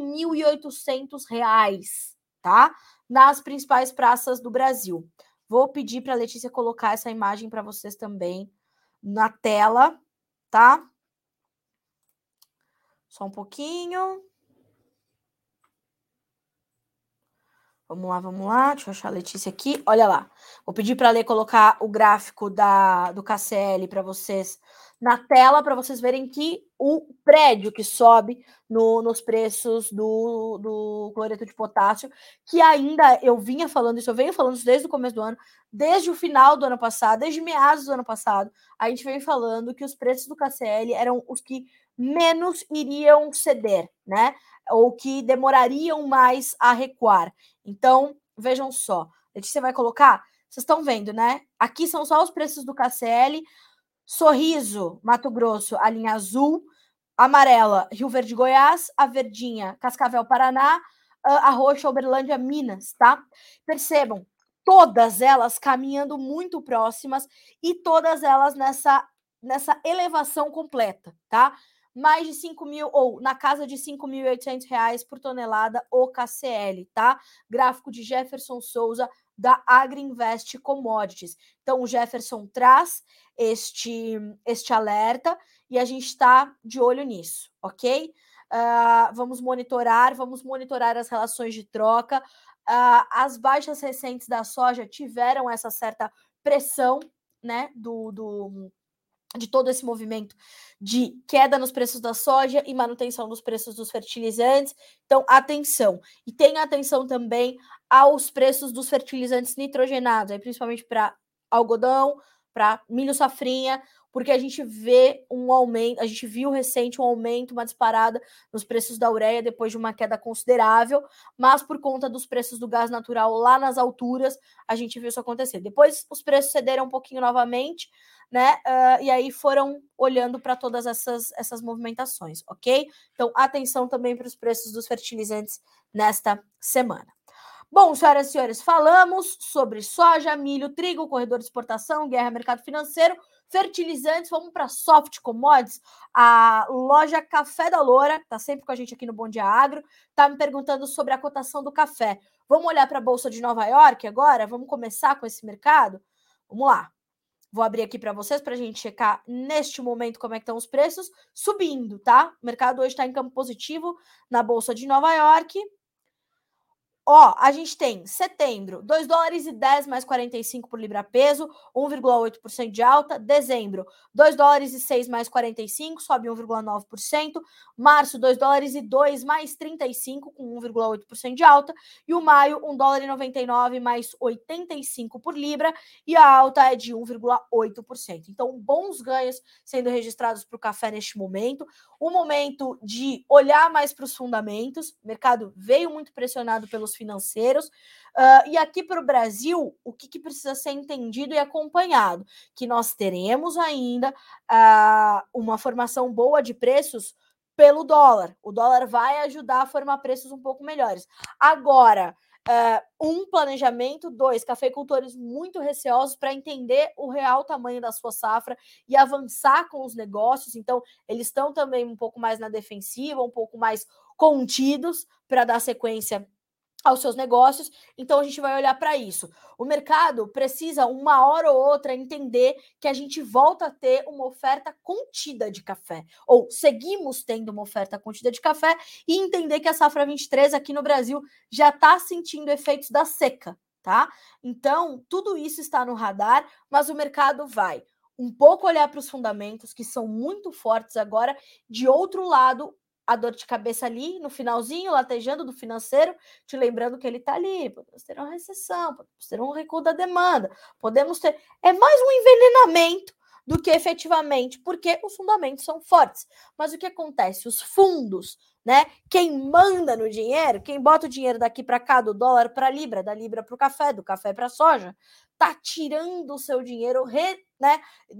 5.800, tá? Nas principais praças do Brasil. Vou pedir para a Letícia colocar essa imagem para vocês também na tela, tá? Só um pouquinho. Vamos lá. Deixa eu achar a Letícia aqui. Olha lá. Vou pedir para a Lê colocar o gráfico do KCL para vocês na tela, para vocês verem que o prédio que sobe nos preços do cloreto de potássio, que ainda eu venho falando isso desde o começo do ano, desde o final do ano passado, desde meados do ano passado, a gente vem falando que os preços do KCL eram os que menos iriam ceder, né? Ou que demorariam mais a recuar. Então, vejam só. Letícia vai colocar? Vocês estão vendo, né? Aqui são só os preços do KCL. Sorriso, Mato Grosso, a linha azul. Amarela, Rio Verde, Goiás. A verdinha, Cascavel, Paraná. A roxa, Uberlândia, Minas, tá? Percebam, todas elas caminhando muito próximas e todas elas nessa elevação completa, tá? Mais de 5 mil, ou na casa de R$ 5.800 por tonelada o KCL, tá? Gráfico de Jefferson Souza, da Agriinvest Commodities. Então, o Jefferson traz este alerta e a gente está de olho nisso, ok? Vamos monitorar as relações de troca. As baixas recentes da soja tiveram essa certa pressão, né, de todo esse movimento de queda nos preços da soja e manutenção dos preços dos fertilizantes. Então, atenção. E tenha atenção também aos preços dos fertilizantes nitrogenados, aí, principalmente para algodão, para milho safrinha, porque a gente vê um aumento, a gente viu recente um aumento, uma disparada nos preços da ureia depois de uma queda considerável, mas por conta dos preços do gás natural lá nas alturas, a gente viu isso acontecer. Depois os preços cederam um pouquinho novamente, né? E aí foram olhando para todas essas movimentações, ok? Então, atenção também para os preços dos fertilizantes nesta semana. Bom, senhoras e senhores, falamos sobre soja, milho, trigo, corredor de exportação, guerra, mercado financeiro, fertilizantes. Vamos para soft commodities. A loja Café da Loura, está sempre com a gente aqui no Bom Dia Agro, está me perguntando sobre a cotação do café. Vamos olhar para a Bolsa de Nova York agora? Vamos começar com esse mercado? Vamos lá. Vou abrir aqui para vocês para a gente checar neste momento como é que estão os preços. Subindo, tá? O mercado hoje está em campo positivo na Bolsa de Nova York. Ó, a gente tem setembro, $2,10 mais 45 por libra peso, 1,8% de alta. Dezembro, $2,06 mais 45, sobe 1,9%. Março, $2,02 mais 35, com 1,8% de alta. E o maio, $1,99 mais 85 por libra, e a alta é de 1,8%. Então, bons ganhos sendo registrados para o café neste momento. O momento de olhar mais para os fundamentos. O mercado veio muito pressionado pelos financeiros. E aqui para o Brasil, o que precisa ser entendido e acompanhado? Que nós teremos ainda uma formação boa de preços pelo dólar. O dólar vai ajudar a formar preços um pouco melhores. Agora, planejamento, 2, cafeicultores muito receosos para entender o real tamanho da sua safra e avançar com os negócios. Então, eles estão também um pouco mais na defensiva, um pouco mais contidos para dar sequência aos seus negócios. Então, a gente vai olhar para isso. O mercado precisa, uma hora ou outra, entender que a gente volta a ter uma oferta contida de café, ou seguimos tendo uma oferta contida de café, e entender que a safra 23 aqui no Brasil já está sentindo efeitos da seca, tá? Então, tudo isso está no radar, mas o mercado vai um pouco olhar para os fundamentos, que são muito fortes agora. De outro lado, a dor de cabeça ali no finalzinho, latejando do financeiro, te lembrando que ele está ali. Podemos ter uma recessão, podemos ter um recuo da demanda, podemos ter. É mais um envenenamento do que efetivamente, porque os fundamentos são fortes. Mas o que acontece? Os fundos, né? Quem manda no dinheiro, quem bota o dinheiro daqui para cá, do dólar para a libra, da libra para o café, do café para a soja, tá tirando o seu dinheiro, né?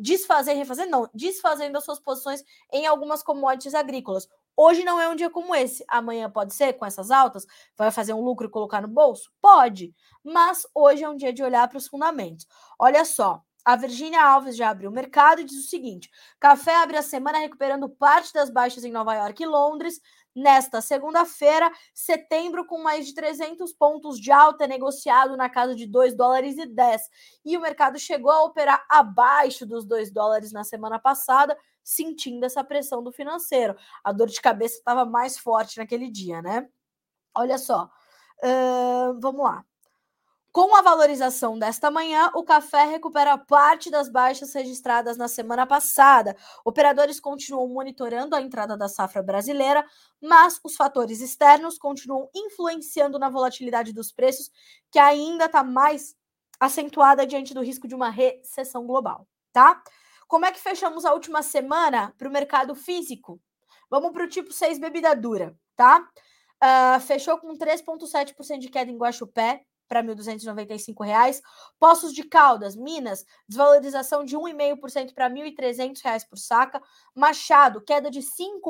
Desfazendo as suas posições em algumas commodities agrícolas. Hoje não é um dia como esse. Amanhã pode ser, com essas altas, vai fazer um lucro e colocar no bolso? Pode. Mas hoje é um dia de olhar para os fundamentos. Olha só, a Virgínia Alves já abriu o mercado e diz o seguinte: café abre a semana recuperando parte das baixas em Nova York e Londres. Nesta segunda-feira, setembro com mais de 300 pontos de alta, negociado na casa de $2,10. E o mercado chegou a operar abaixo dos $2 na semana passada, sentindo essa pressão do financeiro. A dor de cabeça estava mais forte naquele dia, né? Olha só, Vamos lá. Com a valorização desta manhã, o café recupera parte das baixas registradas na semana passada. Operadores continuam monitorando a entrada da safra brasileira, mas os fatores externos continuam influenciando na volatilidade dos preços, que ainda está mais acentuada diante do risco de uma recessão global, tá? Como é que fechamos a última semana para o mercado físico? Vamos para o tipo 6 bebida dura, tá? Fechou com 3,7% de queda em Guaxupé, para R$ 1.295. Poços de Caldas, Minas, desvalorização de 1,5% para R$ 1.300 por saca. Machado, queda de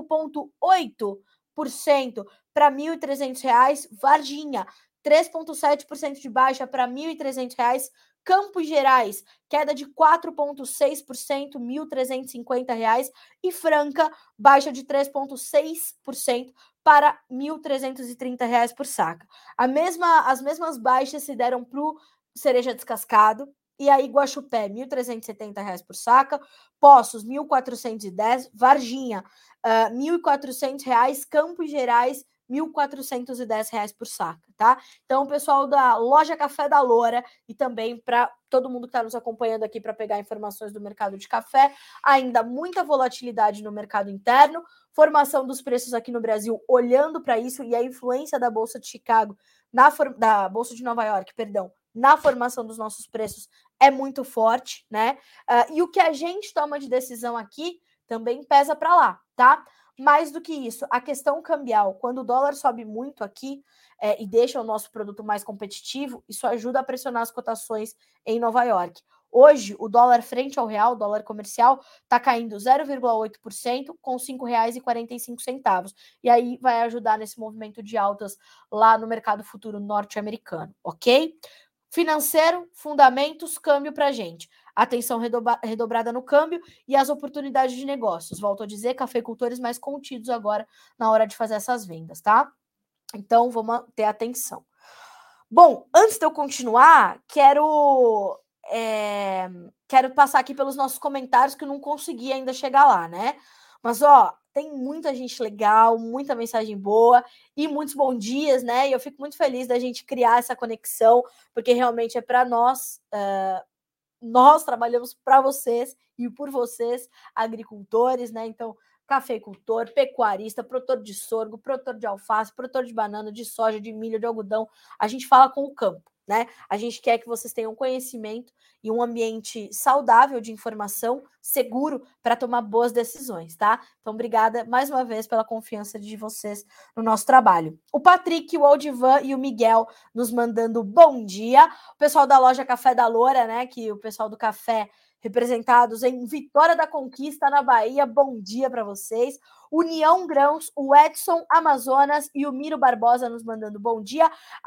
5,8% para R$ 1.300. Varginha, 3,7% de baixa para R$ 1.300. Campos Gerais, queda de 4,6%, R$ 1.350. E Franca, baixa de 3,6% para R$ 1.330 por saca. As mesmas baixas se deram para o cereja descascado, e aí Guaxupé, R$ 1.370 por saca, Poços, 1.410, Varginha, R$ 1.400, Campos Gerais, R$ 1.410 por saca, tá? Então, o pessoal da Loja Café da Loura e também para todo mundo que está nos acompanhando aqui para pegar informações do mercado de café, ainda muita volatilidade no mercado interno, formação dos preços aqui no Brasil, olhando para isso e a influência da Bolsa de Chicago, da Bolsa de Nova York, perdão, na formação dos nossos preços é muito forte, né? E o que a gente toma de decisão aqui também pesa para lá, tá? Mais do que isso, a questão cambial, quando o dólar sobe muito aqui e deixa o nosso produto mais competitivo, isso ajuda a pressionar as cotações em Nova York. Hoje, o dólar frente ao real, o dólar comercial, está caindo 0,8% com R$ 5,45. E aí vai ajudar nesse movimento de altas lá no mercado futuro norte-americano, ok? Financeiro, fundamentos, câmbio para gente. Atenção redobrada no câmbio e as oportunidades de negócios. Volto a dizer, cafeicultores mais contidos agora na hora de fazer essas vendas, tá? Então, vamos ter atenção. Bom, antes de eu continuar, quero passar aqui pelos nossos comentários, que eu não consegui ainda chegar lá, né? Mas, ó, tem muita gente legal, muita mensagem boa e muitos bons dias, né? E eu fico muito feliz da gente criar essa conexão, porque realmente é para nós, nós trabalhamos para vocês e por vocês, agricultores, né? Então, cafeicultor, pecuarista, produtor de sorgo, produtor de alface, produtor de banana, de soja, de milho, de algodão. A gente fala com o campo, né? A gente quer que vocês tenham conhecimento e um ambiente saudável de informação, seguro, para tomar boas decisões, tá? Então, obrigada mais uma vez pela confiança de vocês no nosso trabalho. O Patrick, o Aldivan e o Miguel nos mandando bom dia. O pessoal da Loja Café da Loura, né? Que o pessoal do café representados em Vitória da Conquista, na Bahia. Bom dia para vocês. União Grãos, o Edson Amazonas e o Miro Barbosa nos mandando bom dia. A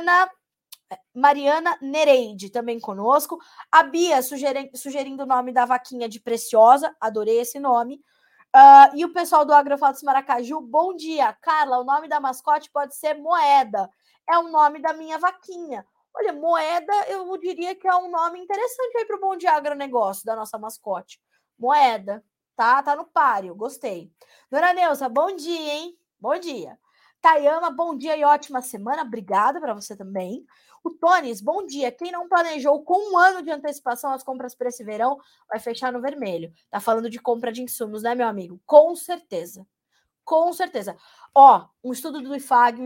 Mariana Nereide também conosco. A Bia sugerindo o nome da vaquinha de Preciosa. Adorei esse nome. E o pessoal do Agrofatos Maracaju, bom dia. Carla, o nome da mascote pode ser Moeda. É o nome da minha vaquinha. Olha, Moeda, eu diria que é um nome interessante aí para o Bom Dia Agronegócio, da nossa mascote. Moeda, tá? Tá no páreo, gostei. Dona Neuza, bom dia, hein? Bom dia. Tayama, bom dia e ótima semana. Obrigada para você também. O Tones, bom dia. Quem não planejou com um ano de antecipação as compras para esse verão vai fechar no vermelho. Tá falando de compra de insumos, né, meu amigo? Com certeza. Com certeza. Ó, um estudo do IFAG,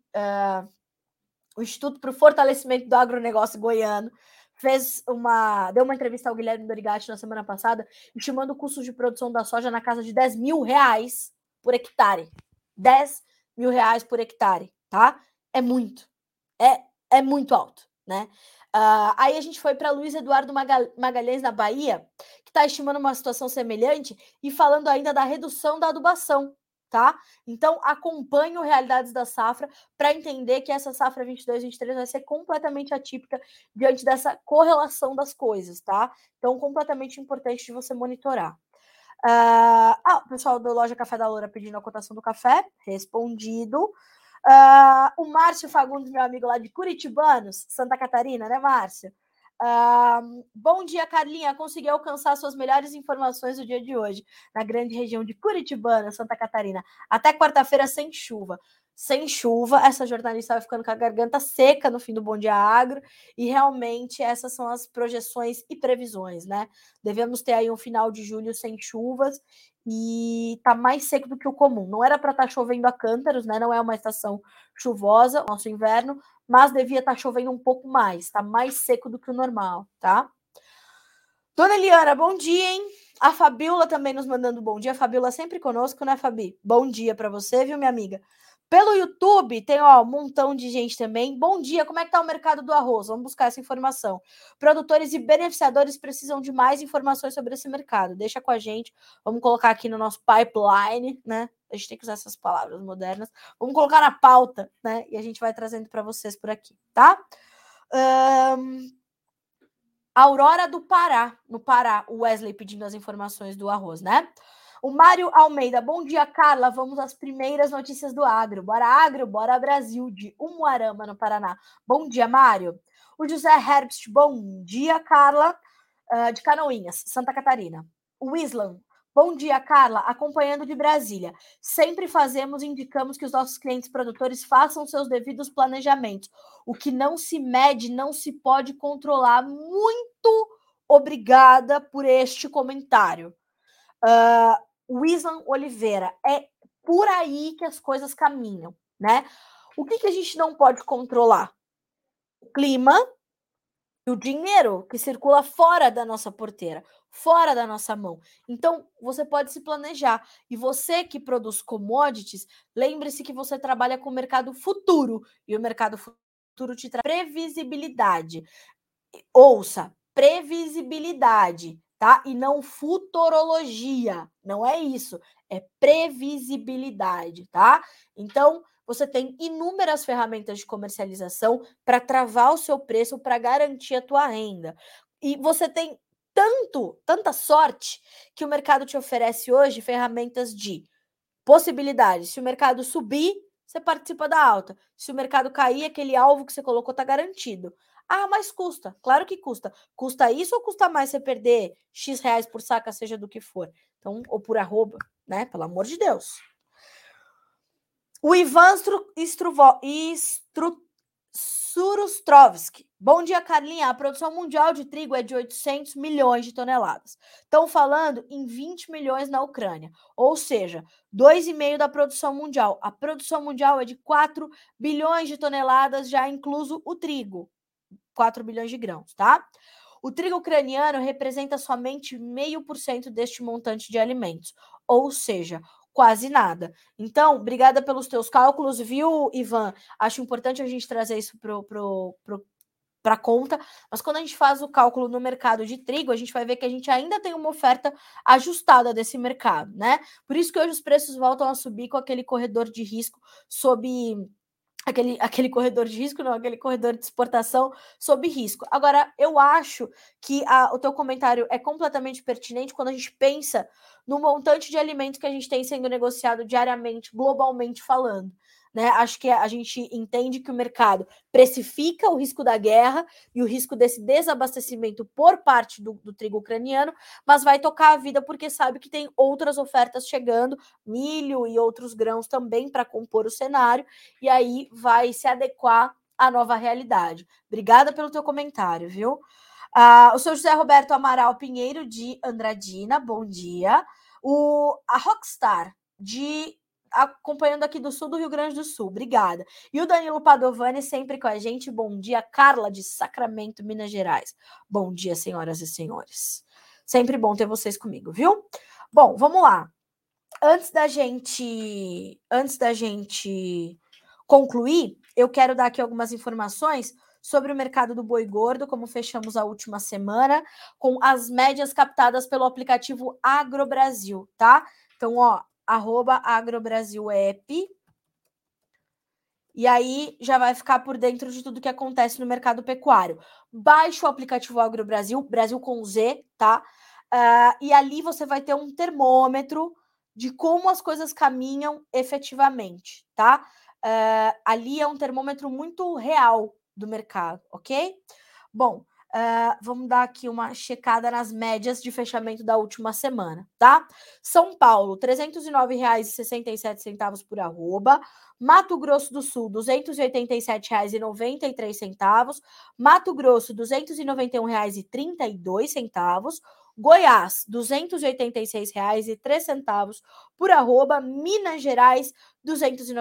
o Instituto para o Fortalecimento do Agronegócio Goiano, deu uma entrevista ao Guilherme Dorigatti na semana passada, estimando o custo de produção da soja na casa de R$ 10.000 por hectare. R$ 10.000 por hectare, tá? É muito. É muito alto, né? Aí a gente foi para Luiz Eduardo Magalhães, na Bahia, que está estimando uma situação semelhante e falando ainda da redução da adubação, tá? Então, acompanhe o Realidades da Safra para entender que essa safra 22-23 vai ser completamente atípica diante dessa correlação das coisas, tá? Então, completamente importante de você monitorar. O pessoal da Loja Café da Loura pedindo a cotação do café, respondido. O Márcio Fagundes, meu amigo lá de Curitibanos, Santa Catarina, né, Márcio? Bom dia, Carlinha. Consegui alcançar suas melhores informações no dia de hoje, na grande região de Curitibana, Santa Catarina. Até quarta-feira sem chuva. sem chuva. Essa jornalista vai ficando com a garganta seca no fim do Bom Dia Agro, e realmente essas são as projeções e previsões, né? Devemos ter aí um final de julho sem chuvas e tá mais seco do que o comum. Não era para estar chovendo a cântaros, né? Não é uma estação chuvosa, nosso inverno, mas devia estar chovendo um pouco mais, tá mais seco do que o normal, tá? Dona Eliana, bom dia, hein? A Fabiola também nos mandando bom dia. A Fabiola sempre conosco, né, Fabi? Bom dia para você, viu, minha amiga? Pelo YouTube tem, ó, um montão de gente também. Bom dia, como é que tá o mercado do arroz? Vamos buscar essa informação. Produtores e beneficiadores precisam de mais informações sobre esse mercado. Deixa com a gente. Vamos colocar aqui no nosso pipeline, né? A gente tem que usar essas palavras modernas. Vamos colocar na pauta, né? E a gente vai trazendo para vocês por aqui, tá? Aurora do Pará, no Pará, o Wesley pedindo as informações do arroz, né? O Mário Almeida, bom dia, Carla. Vamos às primeiras notícias do agro, bora Brasil, de Umuarama, no Paraná. Bom dia, Mário. O José Herbst, bom dia, Carla, de Canoinhas, Santa Catarina. O Islam, bom dia, Carla, acompanhando de Brasília. Sempre fazemos e indicamos que os nossos clientes produtores façam seus devidos planejamentos. O que não se mede não se pode controlar. Muito obrigada por este comentário. O Islam Oliveira, é por aí que as coisas caminham, né? O que a gente não pode controlar? O clima e o dinheiro que circula fora da nossa porteira, fora da nossa mão. Então, você pode se planejar. E você que produz commodities, lembre-se que você trabalha com o mercado futuro. E o mercado futuro te traz previsibilidade. Ouça, previsibilidade, tá? E não futurologia. Não é isso. É previsibilidade, tá? Então, você tem inúmeras ferramentas de comercialização para travar o seu preço, para garantir a tua renda. E você tem tanta sorte que o mercado te oferece hoje ferramentas de possibilidades. Se o mercado subir, você participa da alta. Se o mercado cair, aquele alvo que você colocou está garantido. Ah, mas custa. Claro que custa. Custa isso ou custa mais você perder X reais por saca, seja do que for? Então, ou por arroba, né? Pelo amor de Deus. O Ivan Surustrovski. Bom dia, Carlinha. A produção mundial de trigo é de 800 milhões de toneladas. Estão falando em 20 milhões na Ucrânia. Ou seja, 2,5 da produção mundial. A produção mundial é de 4 bilhões de toneladas, já incluso o trigo. 4 bilhões de grãos, tá? O trigo ucraniano representa somente 0,5% deste montante de alimentos. Ou seja, quase nada. Então, obrigada pelos teus cálculos, viu, Ivan? Acho importante a gente trazer isso para conta, mas quando a gente faz o cálculo no mercado de trigo, a gente vai ver que a gente ainda tem uma oferta ajustada desse mercado, né? Por isso que hoje os preços voltam a subir com aquele corredor de risco sob aquele corredor de risco, não, aquele corredor de exportação sob risco. Agora, eu acho que o teu comentário é completamente pertinente quando a gente pensa no montante de alimentos que a gente tem sendo negociado diariamente, globalmente falando. Né? Acho que a gente entende que o mercado precifica o risco da guerra e o risco desse desabastecimento por parte do trigo ucraniano, mas vai tocar a vida porque sabe que tem outras ofertas chegando, milho e outros grãos também para compor o cenário, e aí vai se adequar à nova realidade. Obrigada pelo teu comentário, viu? O seu José Roberto Amaral Pinheiro, de Andradina, bom dia. A Rockstar, acompanhando aqui do sul do Rio Grande do Sul, obrigada. E o Danilo Padovani, sempre com a gente, bom dia. Carla, de Sacramento, Minas Gerais. Bom dia, senhoras e senhores. Sempre bom ter vocês comigo, viu? Bom, vamos lá. Antes da gente concluir, eu quero dar aqui algumas informações sobre o mercado do boi gordo, como fechamos a última semana, com as médias captadas pelo aplicativo AgroBrasil, tá? Então, ó, @AgroBrasilApp. E aí já vai ficar por dentro de tudo que acontece no mercado pecuário. Baixe o aplicativo AgroBrasil, Brasil com Z, tá? E ali você vai ter um termômetro de como as coisas caminham efetivamente, tá? Ali é um termômetro muito real do mercado, ok? Bom, Vamos dar aqui uma checada nas médias de fechamento da última semana, tá? São Paulo, R$ 309,67 por arroba. Mato Grosso do Sul, R$ 287,93. Mato Grosso, R$ 291,32. Goiás, R$ 286,03 por arroba. Minas Gerais, R$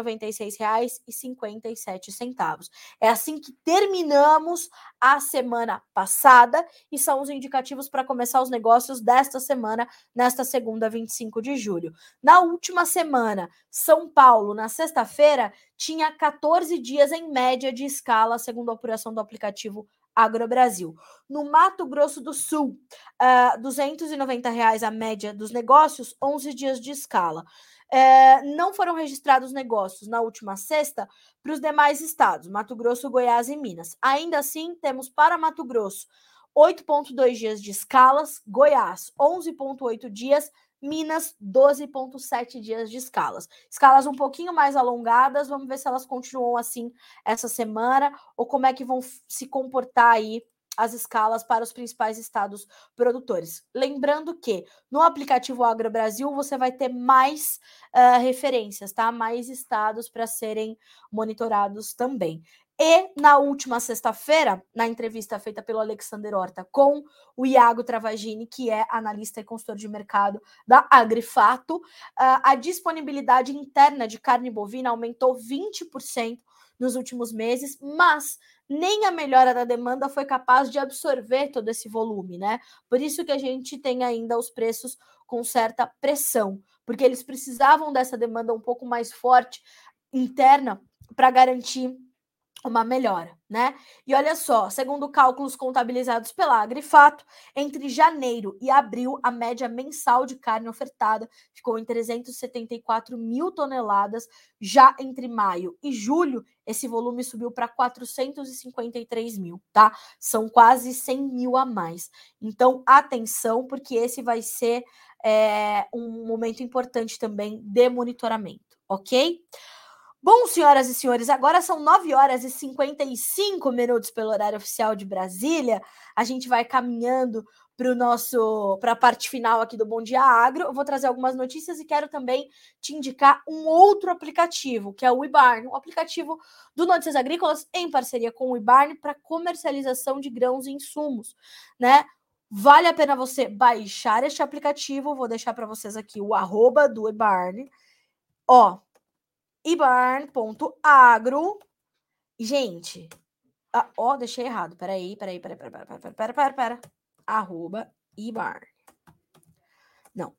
296,57. É assim que terminamos a semana passada e são os indicativos para começar os negócios desta semana, nesta segunda, 25 de julho. Na última semana, São Paulo, na sexta-feira, tinha 14 dias em média de escala, segundo a apuração do aplicativo AgroBrasil. No Mato Grosso do Sul, R$ 290 a média dos negócios, 11 dias de escala. Não foram registrados negócios na última sexta para os demais estados, Mato Grosso, Goiás e Minas. Ainda assim, temos para Mato Grosso 8,2 dias de escalas, Goiás 11,8 dias, Minas 12,7 dias de escalas. Escalas um pouquinho mais alongadas, vamos ver se elas continuam assim essa semana ou como é que vão se comportar aí as escalas para os principais estados produtores. Lembrando que no aplicativo AgroBrasil você vai ter mais referências, tá? Mais estados para serem monitorados também. E na última sexta-feira, na entrevista feita pelo Alexander Horta com o Iago Travagini, que é analista e consultor de mercado da Agrifato, a disponibilidade interna de carne bovina aumentou 20% nos últimos meses, mas nem a melhora da demanda foi capaz de absorver todo esse volume, né? Por isso que a gente tem ainda os preços com certa pressão, porque eles precisavam dessa demanda um pouco mais forte interna para garantir uma melhora, né? E olha só, segundo cálculos contabilizados pela Agrifato, entre janeiro e abril, a média mensal de carne ofertada ficou em 374 mil toneladas. Já entre maio e julho, esse volume subiu para 453 mil, tá? São quase 100 mil a mais. Então, atenção, porque esse vai ser um momento importante também de monitoramento, ok? Bom, senhoras e senhores, agora são 9 horas e 55 minutos pelo horário oficial de Brasília. A gente vai caminhando para a parte final aqui do Bom Dia Agro. Eu vou trazer algumas notícias e quero também te indicar um outro aplicativo, que é o eBarn, um aplicativo do Notícias Agrícolas em parceria com o eBarn para comercialização de grãos e insumos, né? Vale a pena você baixar este aplicativo. Vou deixar para vocês aqui o arroba do eBarn. eBarn.agro. Gente, deixei errado. Peraí. Arroba eBarn. Não,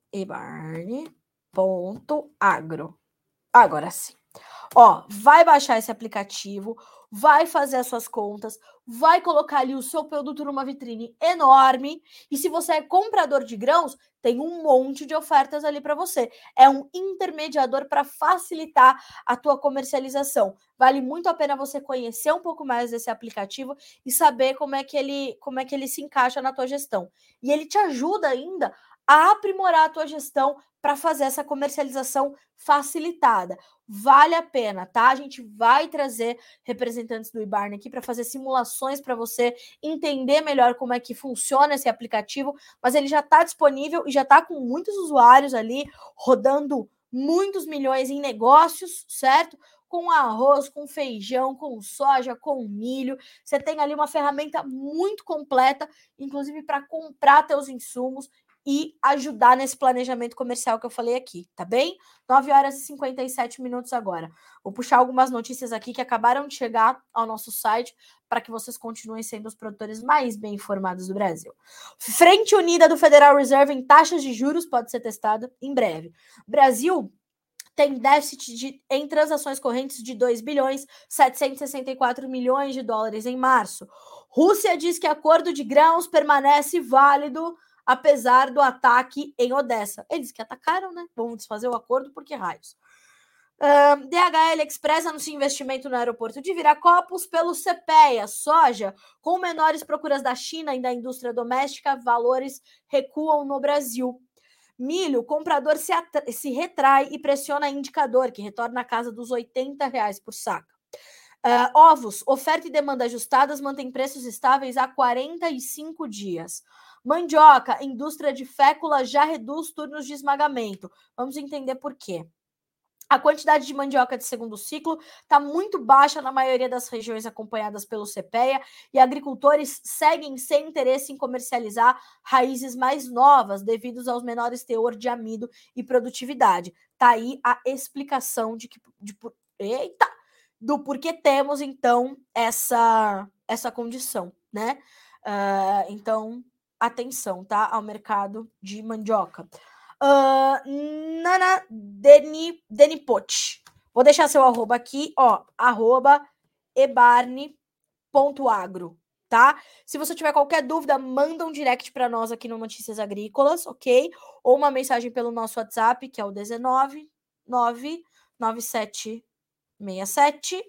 eBarn.agro. Agora sim. Vai baixar esse aplicativo, vai fazer as suas contas, vai colocar ali o seu produto numa vitrine enorme. E se você é comprador de grãos, tem um monte de ofertas ali para você. É um intermediador para facilitar a tua comercialização. Vale muito a pena você conhecer um pouco mais desse aplicativo e saber como é que ele se encaixa na tua gestão. E ele te ajuda ainda a aprimorar a tua gestão para fazer essa comercialização facilitada. Vale a pena, tá? A gente vai trazer representantes do eBarn aqui para fazer simulações para você entender melhor como é que funciona esse aplicativo, mas ele já está disponível e já está com muitos usuários ali, rodando muitos milhões em negócios, certo? Com arroz, com feijão, com soja, com milho. Você tem ali uma ferramenta muito completa, inclusive para comprar teus insumos e ajudar nesse planejamento comercial que eu falei aqui, tá bem? 9 horas e 57 minutos agora. Vou puxar algumas notícias aqui que acabaram de chegar ao nosso site para que vocês continuem sendo os produtores mais bem informados do Brasil. Frente Unida do Federal Reserve em taxas de juros pode ser testada em breve. Brasil tem déficit em transações correntes de 2 bilhões 764 milhões de dólares em março. Rússia diz que acordo de grãos permanece válido apesar do ataque em Odessa. Eles que atacaram, né? Vamos desfazer o acordo, porque raios. DHL Express anuncia investimento no aeroporto de Viracopos pelo CPEA. Soja, com menores procuras da China e da indústria doméstica, valores recuam no Brasil. Milho, comprador se retrai e pressiona indicador, que retorna à casa dos R$ 80 por saca. Ovos, oferta e demanda ajustadas mantém preços estáveis há 45 dias. Mandioca, indústria de fécula já reduz turnos de esmagamento. Vamos entender por quê. A quantidade de mandioca de segundo ciclo está muito baixa na maioria das regiões acompanhadas pelo CPEA e agricultores seguem sem interesse em comercializar raízes mais novas devido aos menores teor de amido e produtividade. Tá aí a explicação do porquê temos, então, essa condição, né? Então, atenção, tá? Ao mercado de mandioca. Nana Denipote. Vou deixar seu arroba aqui, ó, @ebarne.agro, tá? Se você tiver qualquer dúvida, manda um direct para nós aqui no Notícias Agrícolas, ok? Ou uma mensagem pelo nosso WhatsApp, que é o 19 99767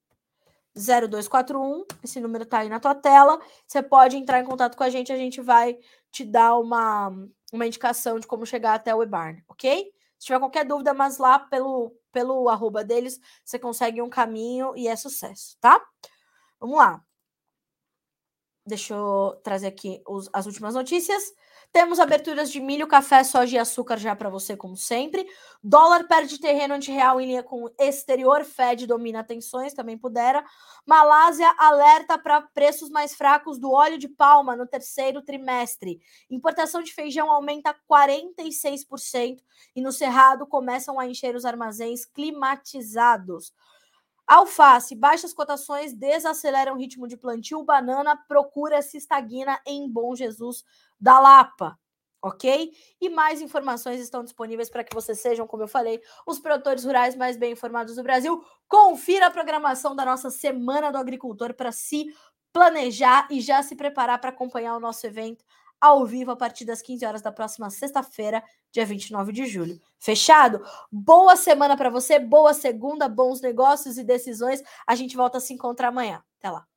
0241. Esse número tá aí na tua tela. Você pode entrar em contato com a gente vai te dar uma indicação de como chegar até o eBarn, ok? Se tiver qualquer dúvida, mas lá pelo arroba deles, você consegue um caminho e é sucesso, tá? Vamos lá. Deixa eu trazer aqui as últimas notícias. Temos aberturas de milho, café, soja e açúcar já para você, como sempre. Dólar perde terreno anti-real em linha com o exterior. Fed domina atenções, também pudera. Malásia alerta para preços mais fracos do óleo de palma no terceiro trimestre. Importação de feijão aumenta 46% e no Cerrado começam a encher os armazéns climatizados. Alface, baixas cotações desaceleram o ritmo de plantio. Banana, procura se estagna em Bom Jesus da Lapa, ok? E mais informações estão disponíveis para que vocês sejam, como eu falei, os produtores rurais mais bem informados do Brasil. Confira a programação da nossa Semana do Agricultor para se planejar e já se preparar para acompanhar o nosso evento ao vivo a partir das 15 horas da próxima sexta-feira, dia 29 de julho. Fechado? Boa semana para você, boa segunda, bons negócios e decisões. A gente volta a se encontrar amanhã. Até lá.